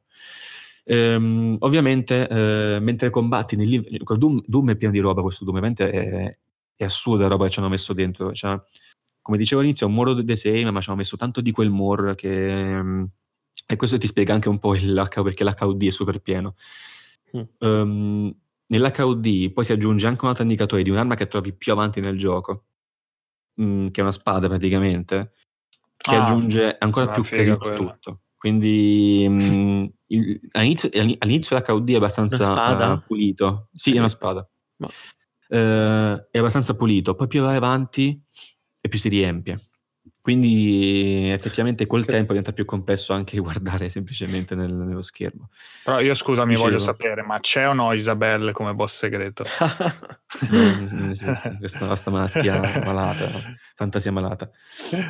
Ehm, ovviamente eh, mentre combatti nel livello, Doom, Doom è pieno di roba, questo Doom ovviamente è, è assurda la roba che ci hanno messo dentro, cioè, come dicevo all'inizio è un more the same, ma ci hanno messo tanto di quel more che um, e questo ti spiega anche un po' l'H, perché l'H U D è super pieno. mm. um, nell'H U D poi si aggiunge anche un altro indicatore di un'arma che trovi più avanti nel gioco, mh, che è una spada praticamente, che ah, aggiunge ancora più casino a tutto. Quindi mh, il, all'inizio, all'inizio l'H U D è abbastanza uh, pulito. Sì, è una spada. Ma... Uh, è abbastanza pulito. Poi più vai avanti e più si riempie. Quindi effettivamente col tempo diventa più complesso anche guardare semplicemente nel, nello schermo. Però io scusami, Dicevo... voglio sapere, ma c'è o no Isabelle come boss segreto? No, non esiste. Questa vasta malattia malata, fantasia malata.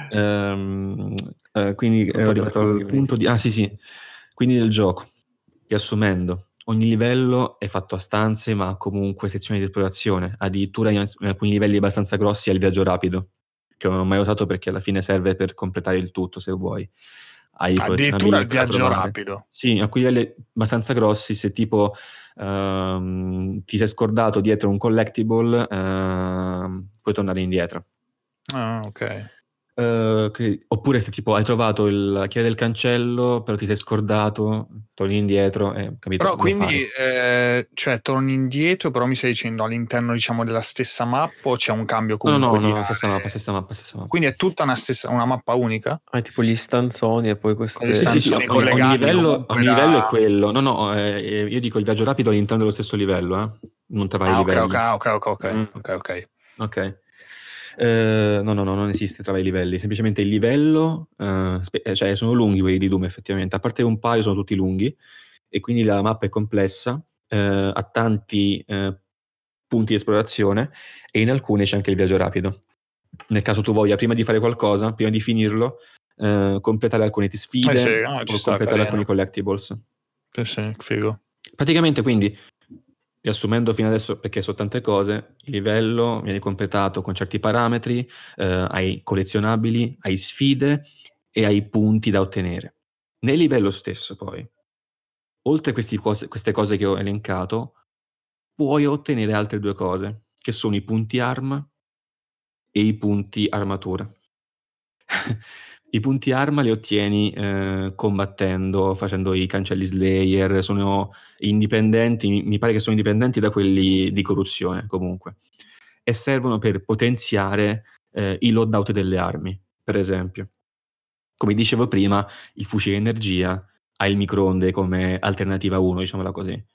Um, uh, quindi è arrivato al punto di... Ah sì sì, quindi del gioco. riassumendo, ogni livello è fatto a stanze, ma comunque sezioni di esplorazione. Addirittura in, in alcuni livelli abbastanza grossi è il viaggio rapido, che non ho mai usato perché alla fine serve per completare il tutto, se vuoi. Hai Addirittura il collezionabilità da viaggio trovare. rapido. Sì, in alcuni livelli abbastanza grossi, se tipo ehm, ti sei scordato dietro un collectible, ehm, puoi tornare indietro. Ah, ok. Uh, che, oppure se tipo hai trovato il, la chiave del cancello però ti sei scordato, torni indietro e capito, Però lo quindi fai. eh, cioè torni indietro, però mi stai dicendo all'interno diciamo della stessa mappa o c'è un cambio No, no, comunque no, di no, stessa aree? mappa, stessa mappa, stessa mappa. Quindi è tutta una stessa una mappa unica? Hai tipo gli stanzoni e poi Con queste... gli Sì, sì, sì, stanzoni ogni, ogni collegati livello, comunque ogni da... livello è quello. No, no, eh, io dico il viaggio rapido all'interno dello stesso livello, eh? Non tra vari Ah, ok, ok, livelli. ok, ok, ok, Mm. ok, ok. Ok. Eh, no, no, no, non esiste tra vari livelli. Semplicemente il livello, eh, spe- eh, cioè sono lunghi quelli di Doom effettivamente. A parte un paio sono tutti lunghi e quindi la mappa è complessa, eh, ha tanti eh, punti di esplorazione e in alcune c'è anche il viaggio rapido. Nel caso tu voglia, prima di fare qualcosa, prima di finirlo, eh, completare alcune Eh sfide sì, ah, ci o sta, completare carino. alcuni collectibles. Sì, sì, figo. Praticamente quindi, riassumendo fino adesso, perché sono tante cose, il livello viene completato con certi parametri, eh, hai collezionabili, hai sfide e hai punti da ottenere. Nel livello stesso poi, oltre a questi cose, queste cose che ho elencato, puoi ottenere altre due cose, che sono i punti arma e i punti armatura. I punti arma li ottieni eh, combattendo, facendo i cancelli Slayer, sono indipendenti, mi, mi pare che sono indipendenti da quelli di corruzione comunque, e servono per potenziare eh, i loadout delle armi, per esempio. Come dicevo prima, il fucile energia ha il microonde come alternativa uno, diciamola così.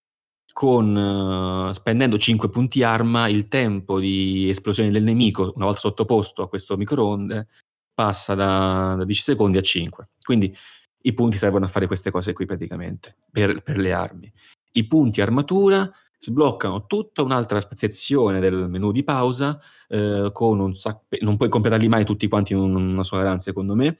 Con, uh, spendendo cinque punti arma, il tempo di esplosione del nemico, una volta sottoposto a questo microonde, passa da, da dieci secondi a cinque. Quindi i punti servono a fare queste cose qui praticamente, per, per le armi. I punti armatura sbloccano tutta un'altra sezione del menu di pausa, eh, con un sacco, non puoi completarli mai tutti quanti in una sola run secondo me,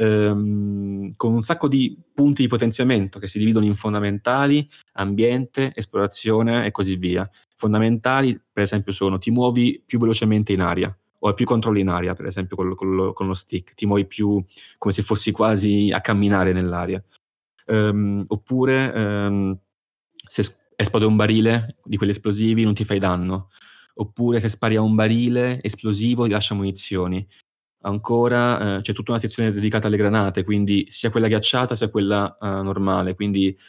ehm, con un sacco di punti di potenziamento che si dividono in fondamentali, ambiente, esplorazione e così via. Fondamentali, per esempio, sono ti muovi più velocemente in aria o hai più controllo in aria, per esempio con lo, con lo, con lo stick, ti muovi più come se fossi quasi a camminare nell'aria. Um, oppure um, se esplode un barile di quelli esplosivi non ti fai danno. Oppure se spari a un barile esplosivo ti lascia munizioni. Ancora eh, c'è tutta una sezione dedicata alle granate, quindi sia quella ghiacciata sia quella uh, normale, quindi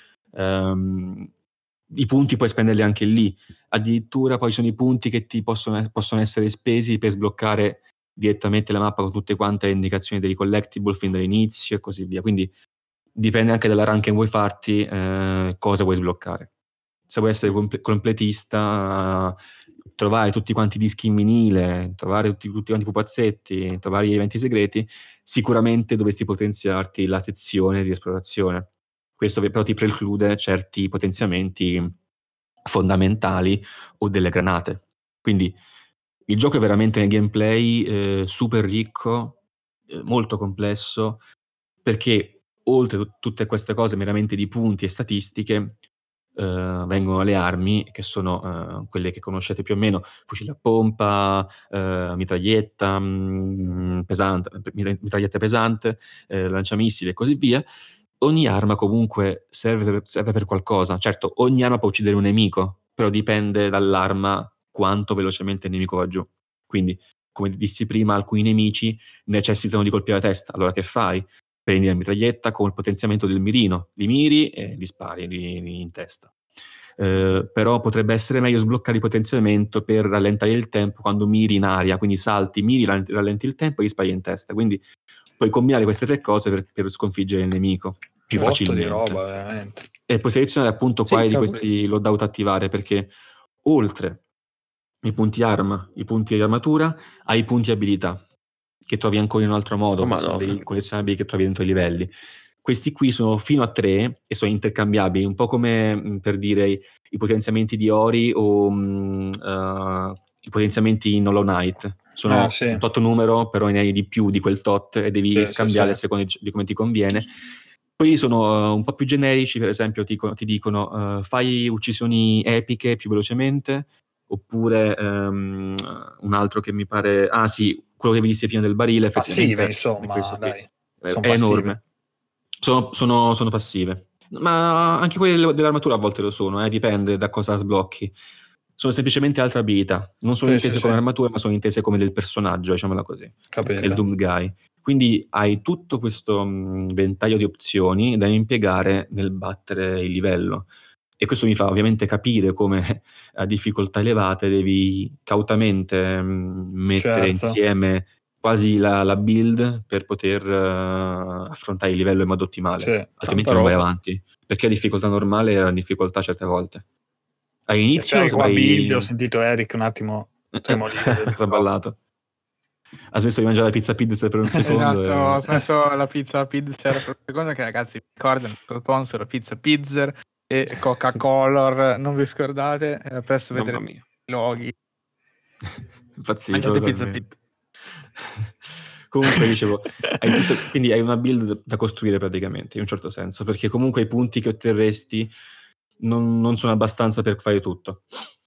um, i punti puoi spenderli anche lì. Addirittura poi sono i punti che ti possono, possono essere spesi per sbloccare direttamente la mappa con tutte quante le indicazioni dei collectible fin dall'inizio e così via. Quindi dipende anche dalla run che vuoi farti, eh, cosa vuoi sbloccare. Se vuoi essere comple- completista, uh, trovare tutti quanti i dischi in vinile, trovare tutti, tutti quanti i pupazzetti, trovare gli eventi segreti, sicuramente dovresti potenziarti la sezione di esplorazione. Questo però ti preclude certi potenziamenti fondamentali o delle granate. Quindi il gioco è veramente nel gameplay eh, super ricco, eh, molto complesso, perché oltre a tutte queste cose meramente di punti e statistiche, Uh, vengono le armi che sono uh, quelle che conoscete più o meno: fucile a pompa, uh, mitraglietta mh, pesante, mitraglietta pesante, eh, lanciamissili e così via. Ogni arma comunque serve per, serve per qualcosa. Certo, ogni arma può uccidere un nemico, però dipende dall'arma quanto velocemente il nemico va giù. Quindi, come dissi prima, alcuni nemici necessitano di colpire la testa. Allora che fai? Prendi la mitraglietta con il potenziamento del mirino, li miri e li spari li, li in testa. Eh, però potrebbe essere meglio sbloccare il potenziamento per rallentare il tempo quando miri in aria, quindi salti, miri, rallenti il tempo e gli spari in testa. Quindi puoi combinare queste tre cose per, per sconfiggere il nemico più Botto facilmente. di roba, veramente. E puoi selezionare appunto Sì, quali di cavolo. questi loadout attivare, perché oltre i punti arma, i punti di armatura, hai i punti abilità, che trovi ancora in un altro modo, Oh, sono Madonna. dei collezionabili che trovi dentro i livelli. Questi qui sono fino a tre e sono intercambiabili, un po' come mh, per dire i, i potenziamenti di Ori o mh, uh, i potenziamenti in Hollow Knight. Sono Ah, sì. un tot numero, però ne hai di più di quel tot e devi Sì, sì, scambiare sì. a seconda di, di come ti conviene. Quelli sono uh, un po' più generici, per esempio ti, ti dicono uh, fai uccisioni epiche più velocemente, oppure um, un altro che mi pare... Ah sì, quello che vedi prima del barile, passive, effettivamente insomma, è, questo qui. dai. È, Sono è passive. enorme. Sono, sono, sono passive. Ma anche quelle dell'armatura a volte lo sono, eh, dipende da cosa sblocchi. Sono semplicemente altre abilità, non sono Sì, intese sì, come sì. armature, ma sono intese come del personaggio, diciamola così. Capito. È il Doom Guy. Quindi hai tutto questo mh, ventaglio di opzioni da impiegare nel battere il livello. E questo mi fa ovviamente capire come a difficoltà elevate devi cautamente mh, mettere Certo. insieme quasi la, la build per poter uh, affrontare il livello in modo ottimale. Sì, Altrimenti tanta non vai roba. avanti. Perché a difficoltà normale era difficoltà certe volte. All'inizio Cioè, qua vai... build, ho sentito Eric un attimo tremolire. traballato. Ha smesso di mangiare la pizza pizza per un secondo. Esatto, e... ho smesso la pizza pizza per un secondo, che ragazzi ricordano lo sponsor pizza pizza e Coca-Cola, non vi scordate, eh, presto Mamma vedrete mia. i loghi. Impazzito Mangiate pizza totalmente. Comunque dicevo, hai tutto, quindi hai una build da costruire praticamente, in un certo senso, perché comunque i punti che otterresti non, non sono abbastanza per fare tutto.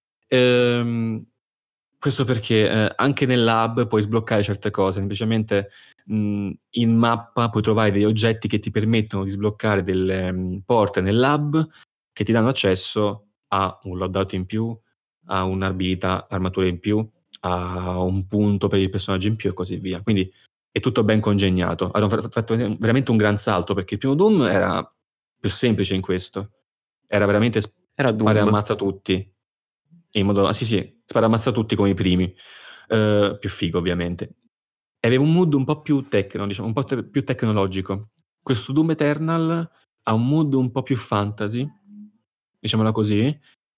Ehm, questo perché eh, anche nell'hub puoi sbloccare certe cose, semplicemente mh, in mappa puoi trovare degli oggetti che ti permettono di sbloccare delle mh, porte nell'hub che ti danno accesso a un loadout in più, a un'abilità armatura in più, a un punto per il personaggio in più e così via. Quindi è tutto ben congegnato. Hanno fatto veramente un gran salto, perché il primo Doom era più semplice in questo. Era veramente Era spara e Doom. ammazza tutti. In modo... Ah, sì, sì, spara e ammazza tutti come i primi. Uh, più figo, ovviamente. E aveva un mood un po' più tecno, diciamo, un po' te- più tecnologico. Questo Doom Eternal ha un mood un po' più fantasy, diciamola così,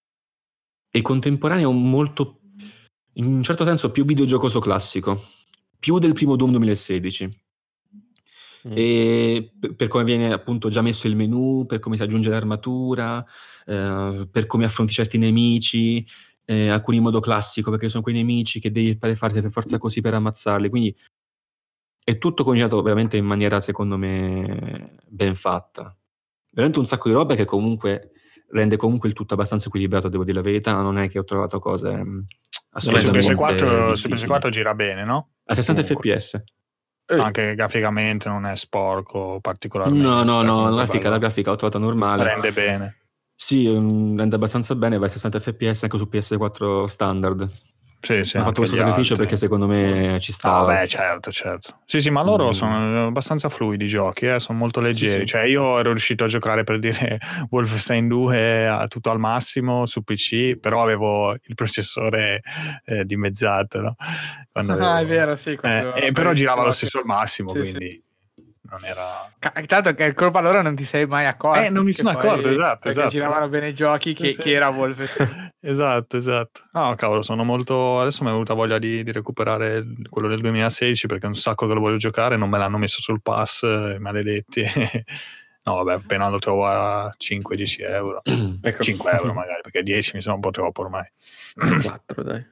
e contemporaneo molto, in un certo senso, più videogiocoso classico, più del primo Doom duemilasedici. Mm. E per, per come viene appunto già messo il menu, per come si aggiunge l'armatura, eh, per come affronti certi nemici, eh, alcuni in modo classico, perché sono quei nemici che devi fare farti per forza così per ammazzarli. Quindi è tutto coniato veramente in maniera, secondo me, ben fatta. Veramente un sacco di roba che comunque rende comunque il tutto abbastanza equilibrato, devo dire la verità. Non è che ho trovato cose mh, Su assolutamente P S quattro, su difficili. P S quattro gira bene, no? A sessanta Comunque. F P S. Anche graficamente non è sporco particolarmente. No, no, cioè, no, la comunque grafica, bello. la grafica l'ho trovata normale. Rende bene. Sì, um, rende abbastanza bene, va a sessanta F P S anche su P S quattro standard. Sì, sì, Ho fatto anche questo gli sacrificio altri. perché secondo me ci Ah, stava. beh, certo, certo. Sì, sì, ma loro Mm. sono abbastanza fluidi i giochi, eh? Sono molto leggeri. Sì, sì. Cioè, io ero riuscito a giocare, per dire, Wolfenstein due a tutto al massimo su P C, però avevo il processore eh, dimezzato, no? Quando avevo... Ah, è vero, sì. Quando eh, eh, però girava lo giochi. stesso al massimo, Sì, quindi sì. non era... Tanto che colpa loro non ti sei mai accorto. Eh, non mi sono poi, accorto, esatto, perché esatto. giravano bene i giochi, che, Sì, sì. che era Wolfenstein. Esatto, esatto. No, cavolo, sono molto... Adesso mi è venuta voglia di, di recuperare quello del duemilasedici, perché è un sacco che lo voglio giocare, non me l'hanno messo sul pass, eh, maledetti. No, vabbè, appena lo trovo a cinque dieci euro. Ecco. cinque euro magari, perché dieci mi sono un po' troppo ormai. quattro, dai.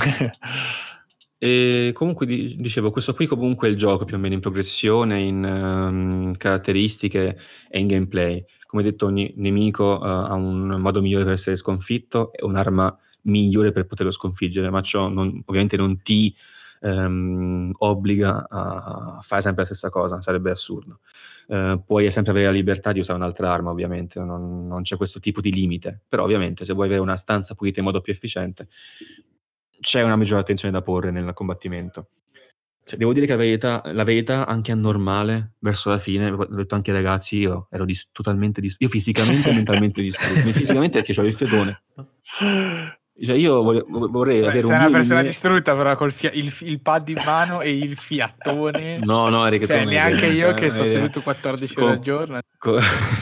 E comunque di- dicevo, questo qui comunque è il gioco più o meno in progressione, in um, caratteristiche e in gameplay. Come detto, ogni nemico uh, ha un modo migliore per essere sconfitto e un'arma migliore per poterlo sconfiggere, ma ciò non, ovviamente non ti um, obbliga a fare sempre la stessa cosa, sarebbe assurdo. Uh, puoi sempre avere la libertà di usare un'altra arma, ovviamente, non, non c'è questo tipo di limite, però ovviamente se vuoi avere una stanza pulita in modo più efficiente c'è una maggiore attenzione da porre nel combattimento. Sì. Devo dire che la verità, la verità anche a normale, verso la fine, l'ho detto anche ai ragazzi, io ero dis- totalmente distrutto, io fisicamente e mentalmente distrutto. Fisicamente perché c'ho il fedone. Cioè io vorrei, vorrei Beh, avere sei un una video persona di me... distrutta, però col fia- il, il pad in mano e il fiatone. No, no, Eric, Cioè, tu non hai neanche idea, io cioè, che non sto hai idea. seduto quattordici Con- ore al giorno. con-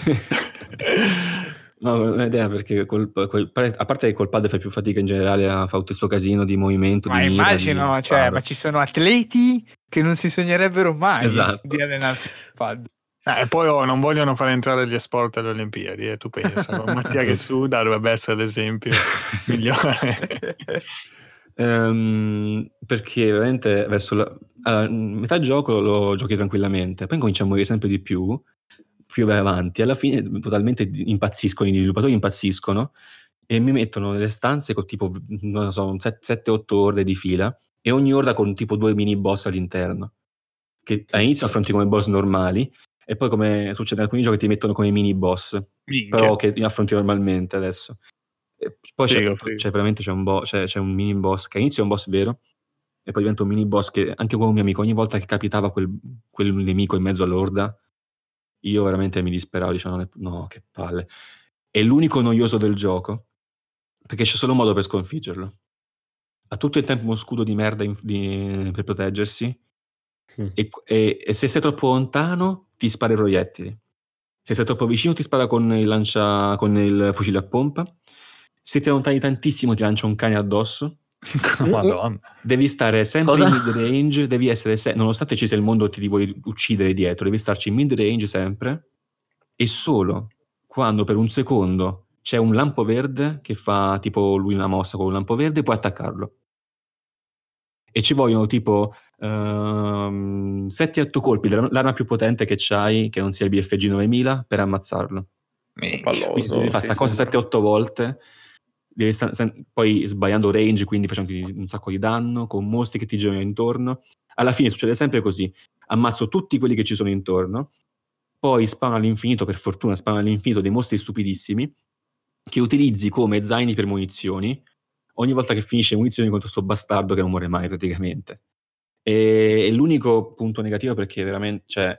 No, non ho idea, perché col, col- a parte che col pad fai più fatica in generale a fare tutto questo casino di movimento, Ma di mira, immagino, di cioè, sparo. ma ci sono atleti che non si sognerebbero mai Esatto. di allenarsi col pad. Eh, e poi oh, non vogliono far entrare gli sport alle Olimpiadi, eh, tu pensa, con Mattia che suda dovrebbe essere l'esempio migliore. Ehm, perché veramente verso la allora, metà gioco lo giochi tranquillamente, poi cominci a morire sempre di più, più vai avanti, alla fine totalmente impazziscono, i sviluppatori impazziscono e mi mettono nelle stanze con tipo, non lo so, sette otto orde di fila e ogni orda con tipo due mini boss all'interno, che all'inizio affronti come boss normali e poi, come succede in alcuni giochi, ti mettono come mini boss, Minchia. però che affronti normalmente adesso. E poi c'è, Figo, figo. c'è veramente c'è un, bo- c'è, c'è un mini boss che all'inizio è un boss vero e poi diventa un mini boss che anche con un mio amico, ogni volta che capitava quel, quel nemico in mezzo all'orda, io veramente mi disperavo, dicevo no, no, che palle. È l'unico noioso del gioco perché c'è solo un modo per sconfiggerlo. Ha tutto il tempo uno scudo di merda in- di- per proteggersi Mm. e, e- e se sei troppo lontano ti spara i proiettili. Se sei troppo vicino ti spara con il lancia con il fucile a pompa. Se ti allontani tantissimo ti lancia un cane addosso. Madonna. Devi stare sempre Cosa? in mid range, devi essere se- nonostante ci sia il mondo che ti vuoi uccidere dietro, devi starci in mid range sempre e solo quando per un secondo c'è un lampo verde che fa tipo lui una mossa con un lampo verde puoi attaccarlo. E ci vogliono tipo um, sette otto colpi dell'arma più potente che c'hai, che non sia il B F G novemila, per ammazzarlo. Minchia. Palloso. Quindi devi fare sì, sta cosa sembra. sette otto volte, devi sta- sta- poi sbagliando range, quindi facendo un sacco di danno, con mostri che ti girano intorno. Alla fine succede sempre così: ammazzo tutti quelli che ci sono intorno, poi spawno all'infinito, per fortuna spawno all'infinito dei mostri stupidissimi che utilizzi come zaini per munizioni ogni volta che finisce munizioni contro sto bastardo che non muore mai praticamente. E, e l'unico punto negativo perché veramente, cioè,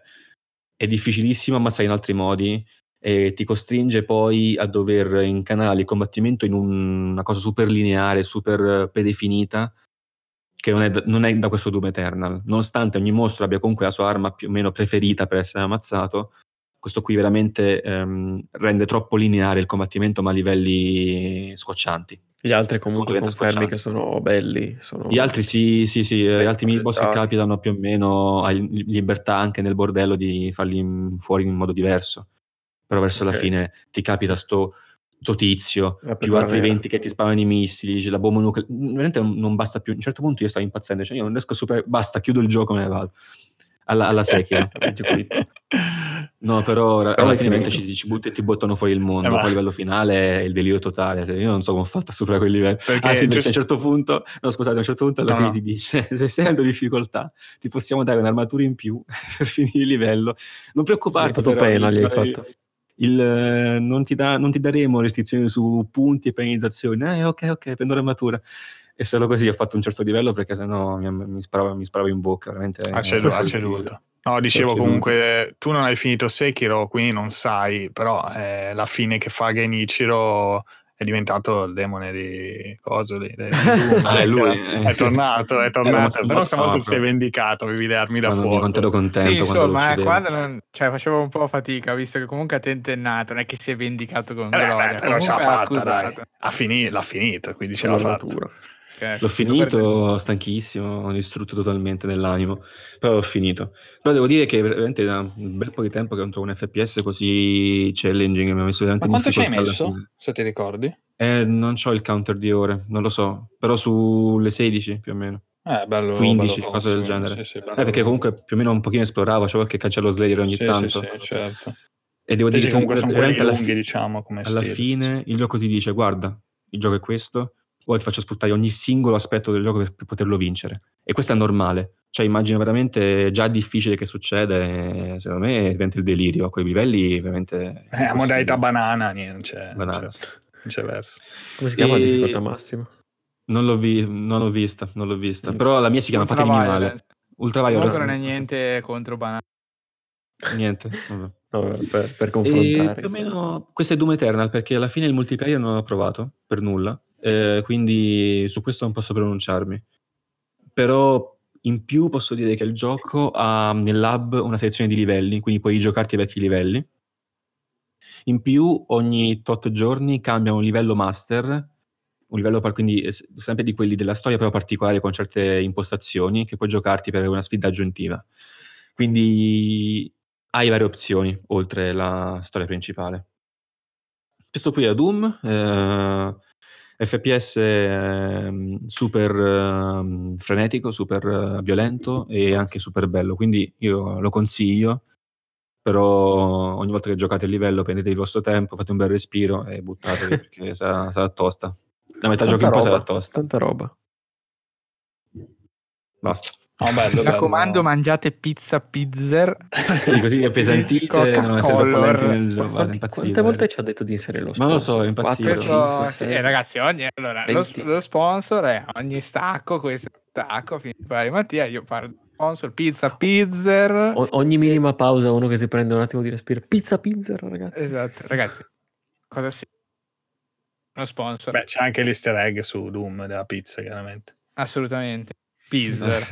è difficilissimo ammazzare in altri modi e ti costringe poi a dover incanalare il combattimento in un- una cosa super lineare, super predefinita, che non è, da, non è da questo Doom Eternal. Nonostante ogni mostro abbia comunque la sua arma più o meno preferita per essere ammazzato, questo qui veramente ehm, rende troppo lineare il combattimento, ma a livelli scoccianti. Gli altri comunque Diventa confermi scocciante. che sono belli. Sono... Gli altri sì, sì, sì, eh, gli ben altri mini boss che progettati. capitano più o meno hai li- libertà anche nel bordello di farli in- fuori in modo diverso. Però verso Ok. la fine ti capita sto, sto tizio, La più altri primavera. venti che ti sparano i missili, c'è la bomba nucleare. Veramente non, non basta più. A un certo punto io stavo impazzendo, cioè io non riesco a superare, basta, chiudo il gioco e me ne vado. Alla, alla Sekiro. Rage quit. No, però ra- Però alla l'hai fine veramente finito. ci, ci butti e ti buttano fuori il mondo. Eh, ma- Poi a livello finale è il delirio totale. Cioè, io non so come ho fatto a superare quel livello. Perché ah, sì, perché giusto- a un certo punto, no, scusate, a un certo punto alla No, fine no. ti dice: se sei in difficoltà, ti possiamo dare un'armatura in più per finire il livello. Non Gli hai preoccuparti, fatto però. pena, il- gli hai fatto. il, eh, non, ti da- non ti daremo restrizioni su punti e penalizzazioni. Eh, ok, ok, prendo l'armatura. E solo così ho fatto un certo livello perché sennò mi, mi, sparava, mi sparava in bocca. Veramente. Ha ceduto, ha ceduto. No, dicevo ceduto. comunque, tu non hai finito Sekiro, quindi non sai, però eh, la fine che fa Genichiro è diventato il demone di coso lì, di Doom. Ah, è lui. È tornato, è Eh, tornato, ma- però ma- stavolta no, si è però- vendicato, avevi le armi da Mamma mia, quanto ero fuoco. contento Sì, quando lo insomma, eh, uccidevo. quando non, cioè, facevo un po' fatica, visto che comunque ha tentennato, non è che si è vendicato con Eh beh, gloria, beh, però ce l'ha comunque ha fatta, dai. accusato. Ha fini- l'ha finito, quindi ce Con l'ha fatta. l'armatura. Ok, L'ho super finito stanchissimo, distrutto totalmente nell'animo, però l'ho finito. Però devo dire che veramente da un bel po' di tempo che non trovo un F P S così challenging, mi ha messo veramente Ma in quanto ci hai difficoltà alla messo, fine. se ti ricordi? Eh, non ho il counter di ore, non lo so, però sulle sedici più o meno, Eh, bello, quindici, bello cose del tosto, genere. sì, sì, bello. Eh, perché comunque più o meno un pochino esploravo, c'avevo qualche cancello Slayer ogni Sì, tanto. sì, sì, certo. E devo Sì, dire sì, comunque sono quelli veramente alla lunghi, fi- diciamo, come alla stile, fine il gioco ti dice: guarda, il gioco è questo, ora ti faccio sfruttare ogni singolo aspetto del gioco per, per poterlo vincere. E questo è normale. Cioè, immagino veramente già difficile che succede, secondo me diventa il delirio. A quei livelli veramente. Eh, a modalità banana, niente, non c'è, non Banana, c'è, sì. non c'è verso. Come si chiama E- la difficoltà massima? Non l'ho, vi- non l'ho vista, non l'ho vista. Mm. Però la mia si chiama Ultra Fatemi male. Violence. Ultra Comunque Violence. non è niente contro Banana. Niente. Vabbè. No, per, per E confrontare. più o meno questo è Doom Eternal perché alla fine il multiplayer non l'ho provato per nulla, eh, quindi su questo non posso pronunciarmi. Però in più posso dire che il gioco ha nell'hub una selezione di livelli, quindi puoi giocarti i vecchi livelli. In più ogni tot giorni cambia un livello master, un livello par- quindi eh, s- sempre di quelli della storia però particolare con certe impostazioni che puoi giocarti per una sfida aggiuntiva. Quindi hai varie opzioni oltre la storia principale. Questo qui è Doom, eh, F P S ehm, super ehm, frenetico, super eh, violento e anche super bello, quindi io lo consiglio però ogni volta che giocate a livello prendete il vostro tempo, fate un bel respiro e buttatevi perché sarà, sarà tosta. La metà Tanta giochi in poi sarà roba, tosta. tanta roba. Basta. No, bello, Mi raccomando, bello. mangiate pizza pizzer. Sì, così vi appesantite, non essere troppo Coca-Cola. lenti nel Qua- vado a quanti- impazzire. quante volte ci ha detto di inserire lo Ma lo so, sponsor? è impazzito. quattro, Questo, cinque, sì, sei? eh, ragazzi, ogni, allora, lo, venti. lo sponsor è ogni stacco, questo stacco, finito di parlare di Mattia, io parlo di sponsor, pizza pizzer. O- ogni minima pausa uno che si prende un attimo di respiro. Pizza pizza, ragazzi. Esatto, ragazzi, cosa si... Uno sponsor, Beh, c'è anche l'easter egg su Doom della pizza, chiaramente. assolutamente. Pizzer.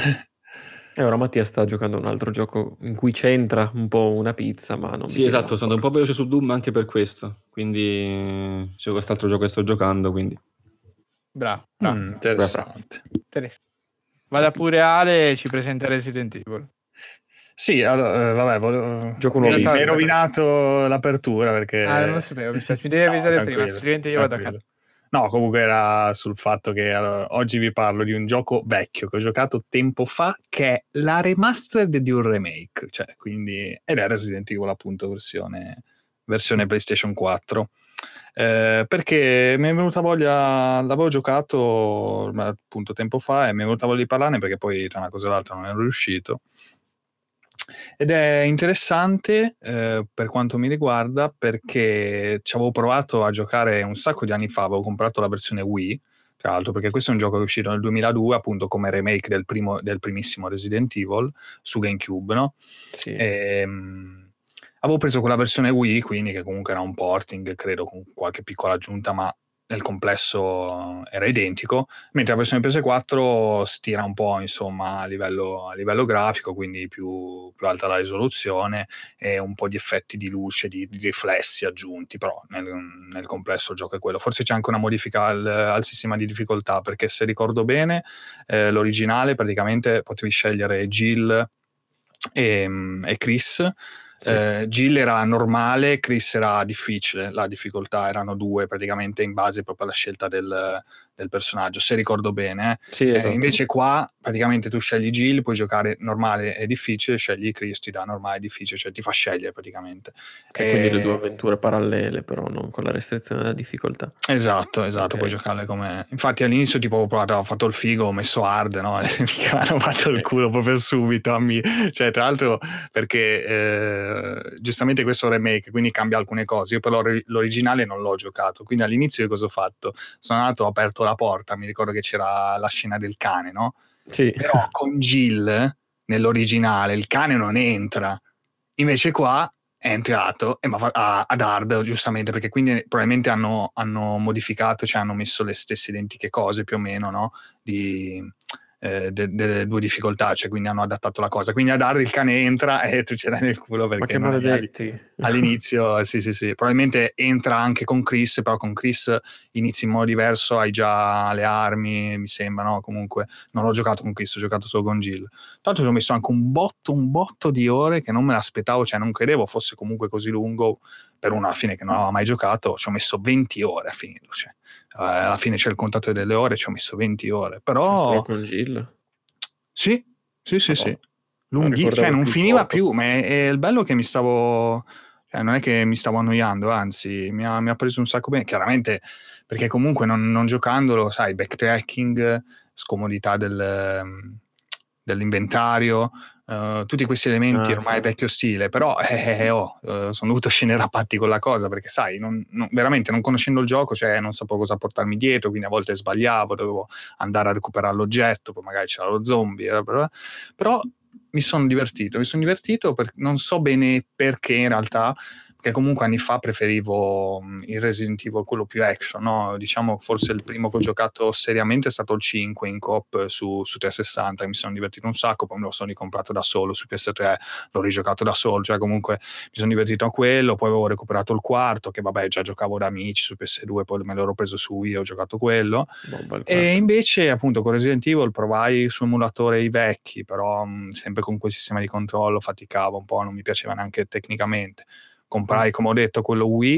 E ora Mattia sta giocando a un altro gioco in cui c'entra un po' una pizza, ma non Sì, mi dirà esatto, sono un po' veloce su Doom anche per questo, quindi c'è quest'altro gioco che sto giocando, quindi... Bravo, bravo. Mm, interessante. Interessante. Vada pure Ale e ci presenta Resident Evil. Sì, allora, eh, vabbè, volevo... Gioco mi, nuovissimo. mi hai rovinato l'apertura perché... Ah, non lo sapevo, mi spiace, mi devi avvisare prima, tranquillo, altrimenti io vado a tranquillo. casa. No, comunque era sul fatto che allora, oggi vi parlo di un gioco vecchio che ho giocato tempo fa, che è la remastered di un remake, cioè quindi ed è Resident Evil appunto versione, versione PlayStation quattro. Eh, perché mi è venuta voglia, l'avevo giocato appunto tempo fa e mi è venuta voglia di parlarne perché poi tra una cosa e l'altra non ero riuscito. Ed è interessante eh, per quanto mi riguarda perché ci avevo provato a giocare un sacco di anni fa, avevo comprato la versione Wii, tra l'altro perché questo è un gioco che è uscito nel duemiladue appunto come remake del, primo, del primissimo Resident Evil su GameCube, no? Sì. E, mh, avevo preso quella versione Wii, quindi che comunque era un porting, credo con qualche piccola aggiunta, ma nel complesso era identico, mentre la versione P S quattro stira un po' insomma a livello, a livello grafico, quindi più, più alta la risoluzione e un po' di effetti di luce, di, di riflessi aggiunti, però nel, nel complesso il gioco è quello. Forse c'è anche una modifica al, al sistema di difficoltà, perché se ricordo bene eh, l'originale praticamente potevi scegliere Jill e, e Chris. Sì. Eh, Jill era normale, Chris era difficile, la difficoltà erano due praticamente in base proprio alla scelta del, del personaggio, se ricordo bene. Eh. Sì, esatto. Eh, invece qua praticamente tu scegli Jill, puoi giocare normale e difficile, scegli Chris, ti dà normale e difficile, cioè ti fa scegliere praticamente. E E... quindi le due avventure parallele, però non con la restrizione della difficoltà. Esatto, esatto, Okay. puoi giocarle come... Infatti all'inizio tipo ho provato, ho fatto il figo, ho messo hard, no? E mi hanno fatto il culo proprio subito a me. Cioè tra l'altro perché eh, giustamente questo è un remake, quindi cambia alcune cose. Io però l'originale non l'ho giocato, quindi all'inizio io cosa ho fatto? Sono andato, ho aperto la porta, mi ricordo che c'era la scena del cane, no? Sì. Però con Jill nell'originale il cane non entra, invece qua è entrato e ad hard giustamente perché quindi probabilmente hanno, hanno modificato, cioè hanno messo le stesse identiche cose più o meno, no? Di, eh, de, delle due difficoltà, cioè quindi hanno adattato la cosa, quindi ad hard il cane entra e tu ce l'hai nel culo perché Ma che non hai- maledetti. all'inizio sì sì sì probabilmente entra anche con Chris, però con Chris inizi in modo diverso, hai già le armi mi sembra, no? Comunque non ho giocato con Chris, ho giocato solo con Jill. Tra l'altro ci ho messo anche un botto un botto di ore che non me l'aspettavo, cioè non credevo fosse comunque così lungo per uno alla fine che non aveva mai giocato. Ci ho messo venti ore a finirlo, cioè, eh, alla fine c'è il contatore delle ore, ci ho messo venti ore, però Solo con Jill? sì sì sì Oh. sì Non lunghi, ricordavo cioè non più finiva corto. più, ma è, è il bello che mi stavo, cioè non è che mi stavo annoiando, anzi mi ha, mi ha preso un sacco bene, chiaramente perché comunque non, non giocandolo, sai, backtracking, scomodità del, dell'inventario, uh, tutti questi elementi Ah, ormai sì. vecchio stile, però eh, oh, uh, sono dovuto scendere a patti con la cosa perché sai, non, non, veramente non conoscendo il gioco, cioè non sapevo cosa portarmi dietro, quindi a volte sbagliavo, dovevo andare a recuperare l'oggetto, poi magari c'era lo zombie, eh, però mi sono divertito, mi sono divertito, per, non so bene perché in realtà, perché comunque anni fa preferivo il Resident Evil, quello più action, no? Diciamo forse il primo che ho giocato seriamente è stato il cinque in coop su, su trecentosessanta, che mi sono divertito un sacco, poi me lo sono ricomprato da solo su P S tre, l'ho rigiocato da solo, cioè comunque mi sono divertito a quello, poi avevo recuperato il quarto, che vabbè già giocavo da amici su P S due, poi me l'ero preso su Wii, ho giocato quello. Bomba il E quarto. invece appunto con Resident Evil provai su emulatore i vecchi, però mh, sempre con quel sistema di controllo faticavo un po', non mi piaceva neanche tecnicamente. Comprai, come ho detto, quello Wii,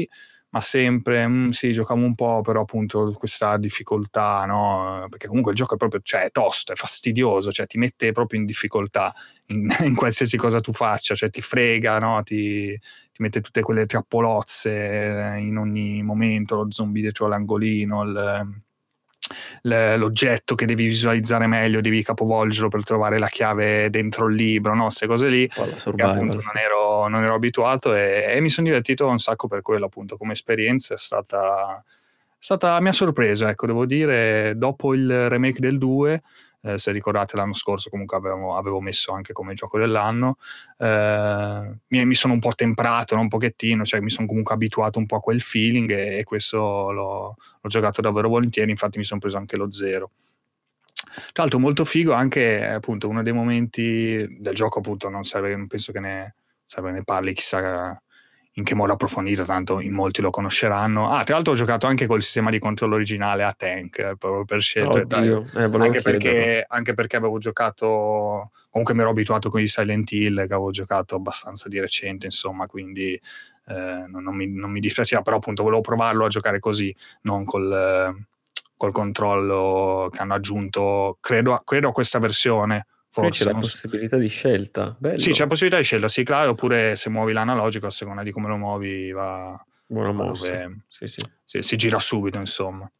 ma sempre, mm, sì, giocavo un po', però appunto questa difficoltà, no? Perché comunque il gioco è proprio, cioè, è tosto, è fastidioso, cioè ti mette proprio in difficoltà in, in qualsiasi cosa tu faccia, cioè ti frega, no? Ti, ti mette tutte quelle trappolozze eh, in ogni momento, lo zombie dietro l'angolino, il, l- l'oggetto che devi visualizzare meglio, devi capovolgerlo per trovare la chiave dentro il libro, no? Queste cose lì Un po' la che appunto survival, sì. non ero, non ero abituato e, e mi sono divertito un sacco per quello, appunto, come esperienza è stata, è stata mi ha sorpreso, ecco, devo dire, dopo il remake del due, eh, se ricordate l'anno scorso comunque avevo, avevo messo anche come gioco dell'anno, eh, mi, mi sono un po' temprato, no? Un pochettino, cioè mi sono comunque abituato un po' a quel feeling e, e questo l'ho, l'ho giocato davvero volentieri, infatti mi sono preso anche lo zero. Tra l'altro molto figo anche appunto uno dei momenti del gioco, appunto non serve, non penso che ne, serve ne parli chissà in che modo approfondito, tanto in molti lo conosceranno. Ah, tra l'altro ho giocato anche col sistema di controllo originale a tank, eh, proprio per scelta. Oddio, eh, volevo Anche chiederlo. perché, anche perché avevo giocato, comunque mi ero abituato con i Silent Hill, che avevo giocato abbastanza di recente, insomma, quindi eh, non, non, mi, non mi dispiaceva, però appunto volevo provarlo a giocare così, non col, eh, col controllo che hanno aggiunto, credo, credo a questa versione. Quindi c'è Forse, la non so. possibilità di scelta, Sì, c'è la bello. possibilità di scelta, sì, claro, oppure se muovi l'analogico, a seconda di come lo muovi, va, Buona va mossa, dove sì sì. si, si gira subito, insomma.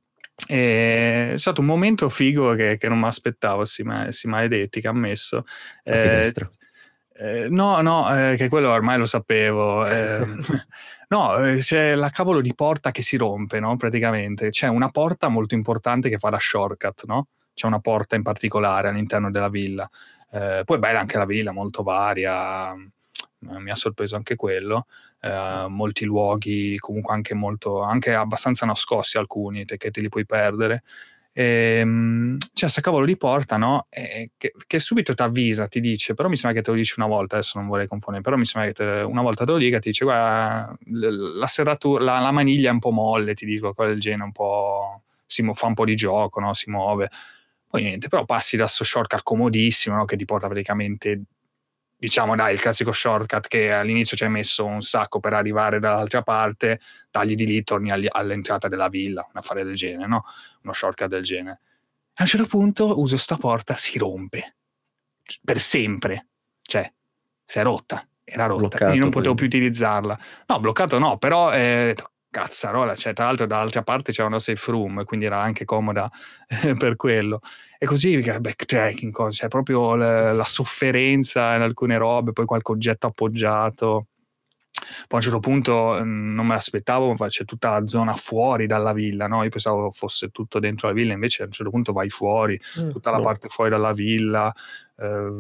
E è stato un momento figo che, che non mi aspettavo, si, ma, si maledetti, che ha messo. La Eh, finestra. eh, no, no, eh, che quello ormai lo sapevo. Eh, no, eh, c'è la cavolo di porta che si rompe, no? Praticamente c'è una porta molto importante che fa da shortcut, no? C'è una porta in particolare all'interno della villa. Eh, poi bella anche la villa, molto varia, mi ha sorpreso anche quello. Eh, molti luoghi comunque anche molto, anche abbastanza nascosti alcuni, te, che te li puoi perdere. E, c'è sta cavolo di porta, no? E, che, che subito ti avvisa, ti dice, però mi sembra che te lo dice una volta, adesso non vorrei confondere, però mi sembra che te, una volta te lo dica, ti dice, guarda, la serratura, la, la maniglia è un po' molle, ti dico, quella del genere, un po', si mu- fa un po' di gioco, no? Si muove. Poi niente, però passi da sto shortcut comodissimo, no? Che ti porta praticamente, diciamo, dai, il classico shortcut che all'inizio ci hai messo un sacco per arrivare dall'altra parte, tagli di lì, torni agli, all'entrata della villa, un affare del genere, no? Uno shortcut del genere. A un certo punto uso sta porta, si rompe. Per sempre. Cioè, si è rotta. Era rotta, quindi non Bloccato potevo più quindi. utilizzarla. No, bloccato no, però eh, cazzarola, cioè, tra l'altro dall'altra parte c'era una safe room, quindi era anche comoda eh, per quello. E così backtracking, cose, cioè proprio la, la sofferenza in alcune robe, poi qualche oggetto appoggiato. Poi a un certo punto non me l'aspettavo, ma c'è tutta la zona fuori dalla villa, no? Io pensavo fosse tutto dentro la villa, invece a un certo punto vai fuori, Mm, tutta la no. parte fuori dalla villa. Eh,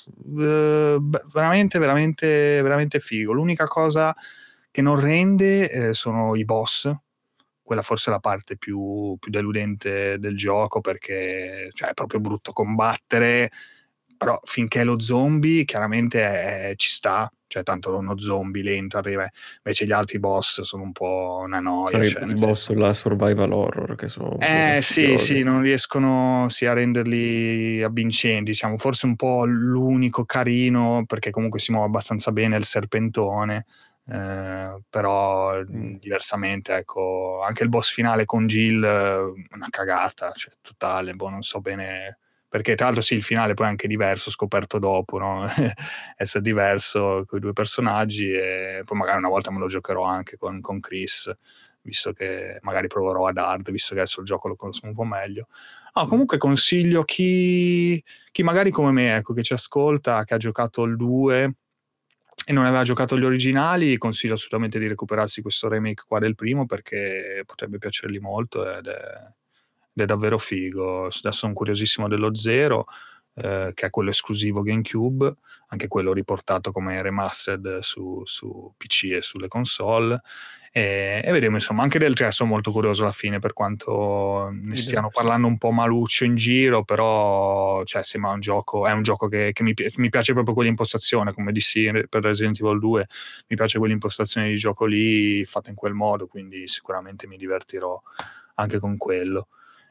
eh, veramente, veramente, veramente figo. L'unica cosa che non rende eh, sono i boss. Quella forse è la parte più, più deludente del gioco, perché cioè, è proprio brutto combattere, però finché è lo zombie chiaramente è, ci sta, cioè tanto uno zombie lento arriva, invece gli altri boss sono un po' una noia, Sono i, cioè i nel boss senso. la survival horror che sono un po' Eh sì, sì, fastidiosi. non riescono sì, a renderli avvincenti, diciamo, forse un po' l'unico carino, perché comunque si muove abbastanza bene, è il serpentone, eh, però Mm. diversamente, ecco, anche il boss finale con Jill, una cagata, cioè totale, boh, non so bene, perché tra l'altro sì, il finale poi è anche diverso, scoperto dopo, no? Essere diverso con i due personaggi, e poi magari una volta me lo giocherò anche con, con Chris, visto che magari proverò ad hard, visto che adesso il gioco lo conosco un po' meglio. Ah, comunque consiglio chi, chi magari come me, ecco, che ci ascolta, che ha giocato il due e non aveva giocato gli originali, consiglio assolutamente di recuperarsi questo remake qua del primo, perché potrebbe piacergli molto ed è, ed è davvero figo. Adesso sono curiosissimo dello zero, eh, che è quello esclusivo GameCube, anche quello riportato come remastered su, su P C e sulle console. E, e vedremo, insomma, anche del tre sono molto curioso alla fine, per quanto ne stiano parlando un po' maluccio in giro, però cioè, sembra un gioco, è un gioco che, che mi, mi piace proprio quell'impostazione, come dissi per Resident Evil due, mi piace quell'impostazione di gioco lì fatta in quel modo, quindi sicuramente mi divertirò anche con quello.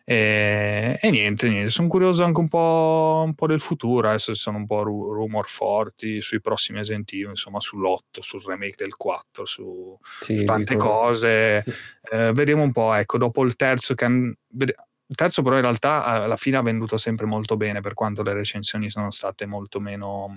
E, e niente, niente, sono curioso anche un po', un po' del futuro. Adesso ci sono un po' ru- rumor forti sui prossimi Resident Evil, insomma sull'otto, sul remake del quattro, su, Sì, su tante dicono- cose. sì. Eh, vediamo un po', ecco, dopo il terzo che han- vede- il terzo però in realtà alla fine ha venduto sempre molto bene, per quanto le recensioni sono state molto meno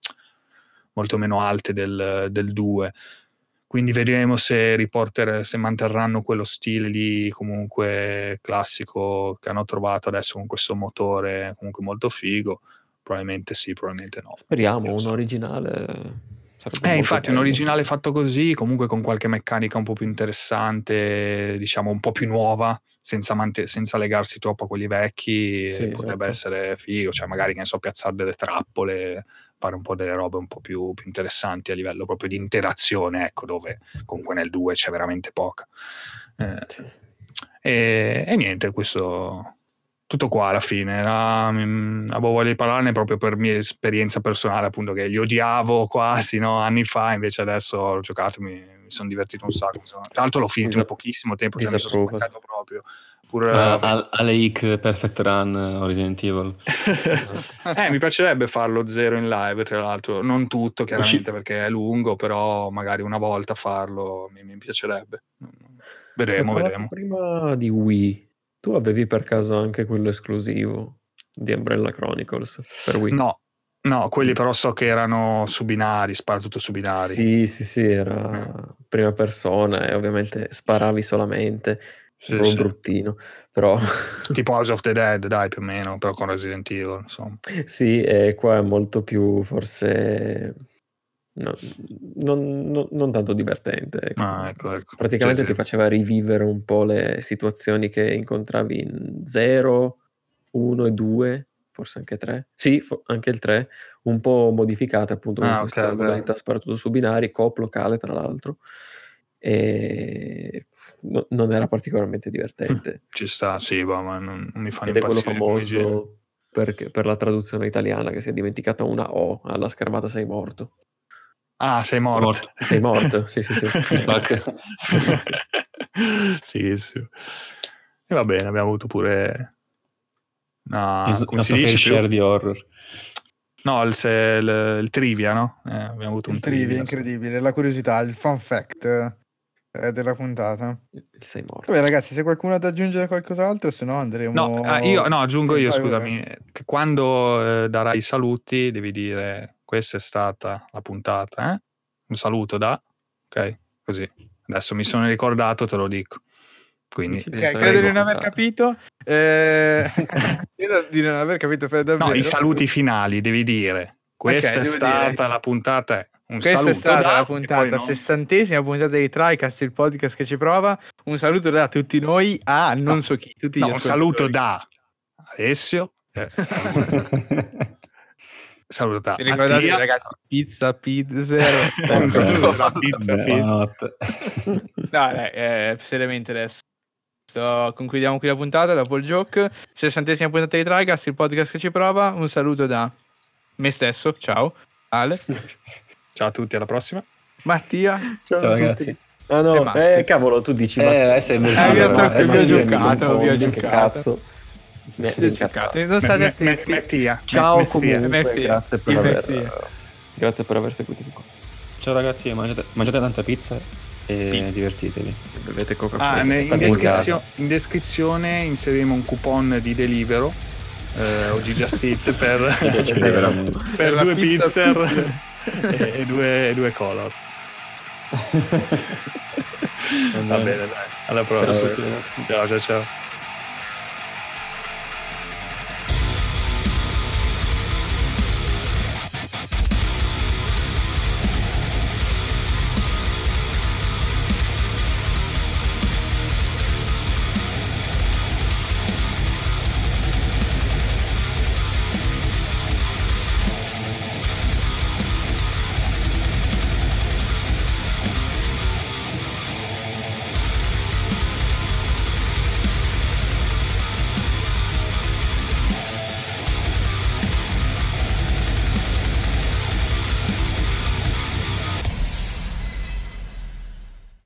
molto meno alte del, del due. Quindi vedremo se riporter, se manterranno quello stile lì comunque classico che hanno trovato adesso con questo motore comunque molto figo. Probabilmente sì, probabilmente no. Speriamo, Non un so. originale sarebbe Eh, molto infatti un bello. originale fatto così, comunque con qualche meccanica un po' più interessante, diciamo un po' più nuova, senza, mant- senza legarsi troppo a quelli vecchi, Sì, potrebbe esatto. essere figo, cioè magari che ne so, piazzare delle trappole, fare un po' delle robe un po' più, più interessanti a livello proprio di interazione, ecco, dove comunque nel due c'è veramente poca. Eh, Sì. e, e niente, questo tutto qua alla fine. Era, mm, avevo voglia di parlarne proprio per mia esperienza personale, appunto, che li odiavo quasi no, anni fa, invece adesso ho giocato, mi, mi sono divertito un sacco. Insomma. Tra l'altro l'ho finito in Disa- pochissimo tempo, cioè mi sono disapproval. spaccato proprio. Pur, Ah, eh, al- alle Ic Perfect Run o Resident Evil. eh, mi piacerebbe farlo zero in live, tra l'altro, non tutto chiaramente Uscito. perché è lungo, però magari una volta farlo mi, mi piacerebbe. Ma Vedremo, tra l'altro vedremo. prima di Wii, tu avevi per caso anche quello esclusivo di Umbrella Chronicles per Wii? No, no, quelli però so che erano su binari, sparatutto su binari. Sì, sì, sì, era prima persona e ovviamente sparavi solamente, Sì, proprio sì. bruttino, però Tipo House of the Dead, dai, più o meno, però con Resident Evil, insomma. sì, e qua è molto più forse no, non, non- non tanto divertente, ecco. Ah, ecco, ecco. Praticamente Sì, ti sì. faceva rivivere un po' le situazioni che incontravi in zero, uno e due, forse anche tre. Sì, fo- anche il tre, un po' modificate appunto con Ah, ok, questa ok. modalità sparatutto su binari, coop locale tra l'altro. E no- non era particolarmente divertente. Ci sta, sì, boh, ma non, non mi fanno Ed è quello impazzire come genere. famoso perché- per la traduzione italiana che si è dimenticata una O alla schermata sei morto. Ah, sei morto. morto. Sei morto, sì, sì, sì. Spacca. Bellissimo. Fighissimo. E va bene, abbiamo avuto pure una, il come si nostro fair dice più? share di horror. No, il, se- il- il trivia, no? Eh, abbiamo avuto un Il trivia, trivia. incredibile, la curiosità, il fun fact eh, della puntata. Il sei morto. Vabbè ragazzi, se qualcuno ha da aggiungere qualcos'altro, se no andremo... No, ah, io no, aggiungo Sì, io, vai, scusami, vai, vai. che quando eh, darai i saluti devi dire questa è stata la puntata, eh? Un saluto da, ok? Così. Adesso mi sono ricordato, te lo dico. Quindi, Dici Ok, direttamente credo di la non aver puntata. capito. Eh, credo di non aver capito per davvero. no, i saluti finali devi dire questa Ok, è devo stata dire- la puntata, è un Questa saluto è stata da, la e poi puntata, no. sessantesima puntata di TriCast, il podcast che ci prova. Un saluto da tutti noi a non No, so chi, tutti no, gli un ascoltatori. saluto da Alessio, eh, saluto da Vi ricordate Mattia, ragazzi, pizza, pizzer. un saluto da Vabbè. Pizza Pizza. Buonanotte. No, dai, eh, seriamente adesso. Sto- concludiamo qui la puntata dopo il joke. Sessantesima puntata di TriCast, il podcast che ci prova. Un saluto da me stesso, ciao. Ale, Ciao a tutti, alla prossima. Mattia. Ciao, Ciao, a tutti. ragazzi. Ah E no, Matti. eh cavolo, tu dici Eh, Mattia. adesso è Eh, invertito. vi ho no? troppo- Adesso vi ho è io mi giocato, vi ho confondi, che giocato. cazzo. Mi è Vi ho incazzato. giocato. Non state Me- me- attenti. Mattia, Ciao Mattia. comunque, Mattia. grazie per Il aver Mattia. grazie per aver seguito fin qua. Ciao ragazzi, mangiate, mangiate tanta pizza e Pizza. divertitevi. Bevete Coca-Cola. Ah, ne- in, state in descrizio- casa. in descrizione inseriremo un coupon di Deliveroo eh, o di Just Eat per, Ci piacerebbe veramente. per Per la due pizza pizzer pizza. e, e due, e due color. Va bene, dai. Alla prossima. Ciao a tutti, ragazzi. Ciao, ciao, ciao.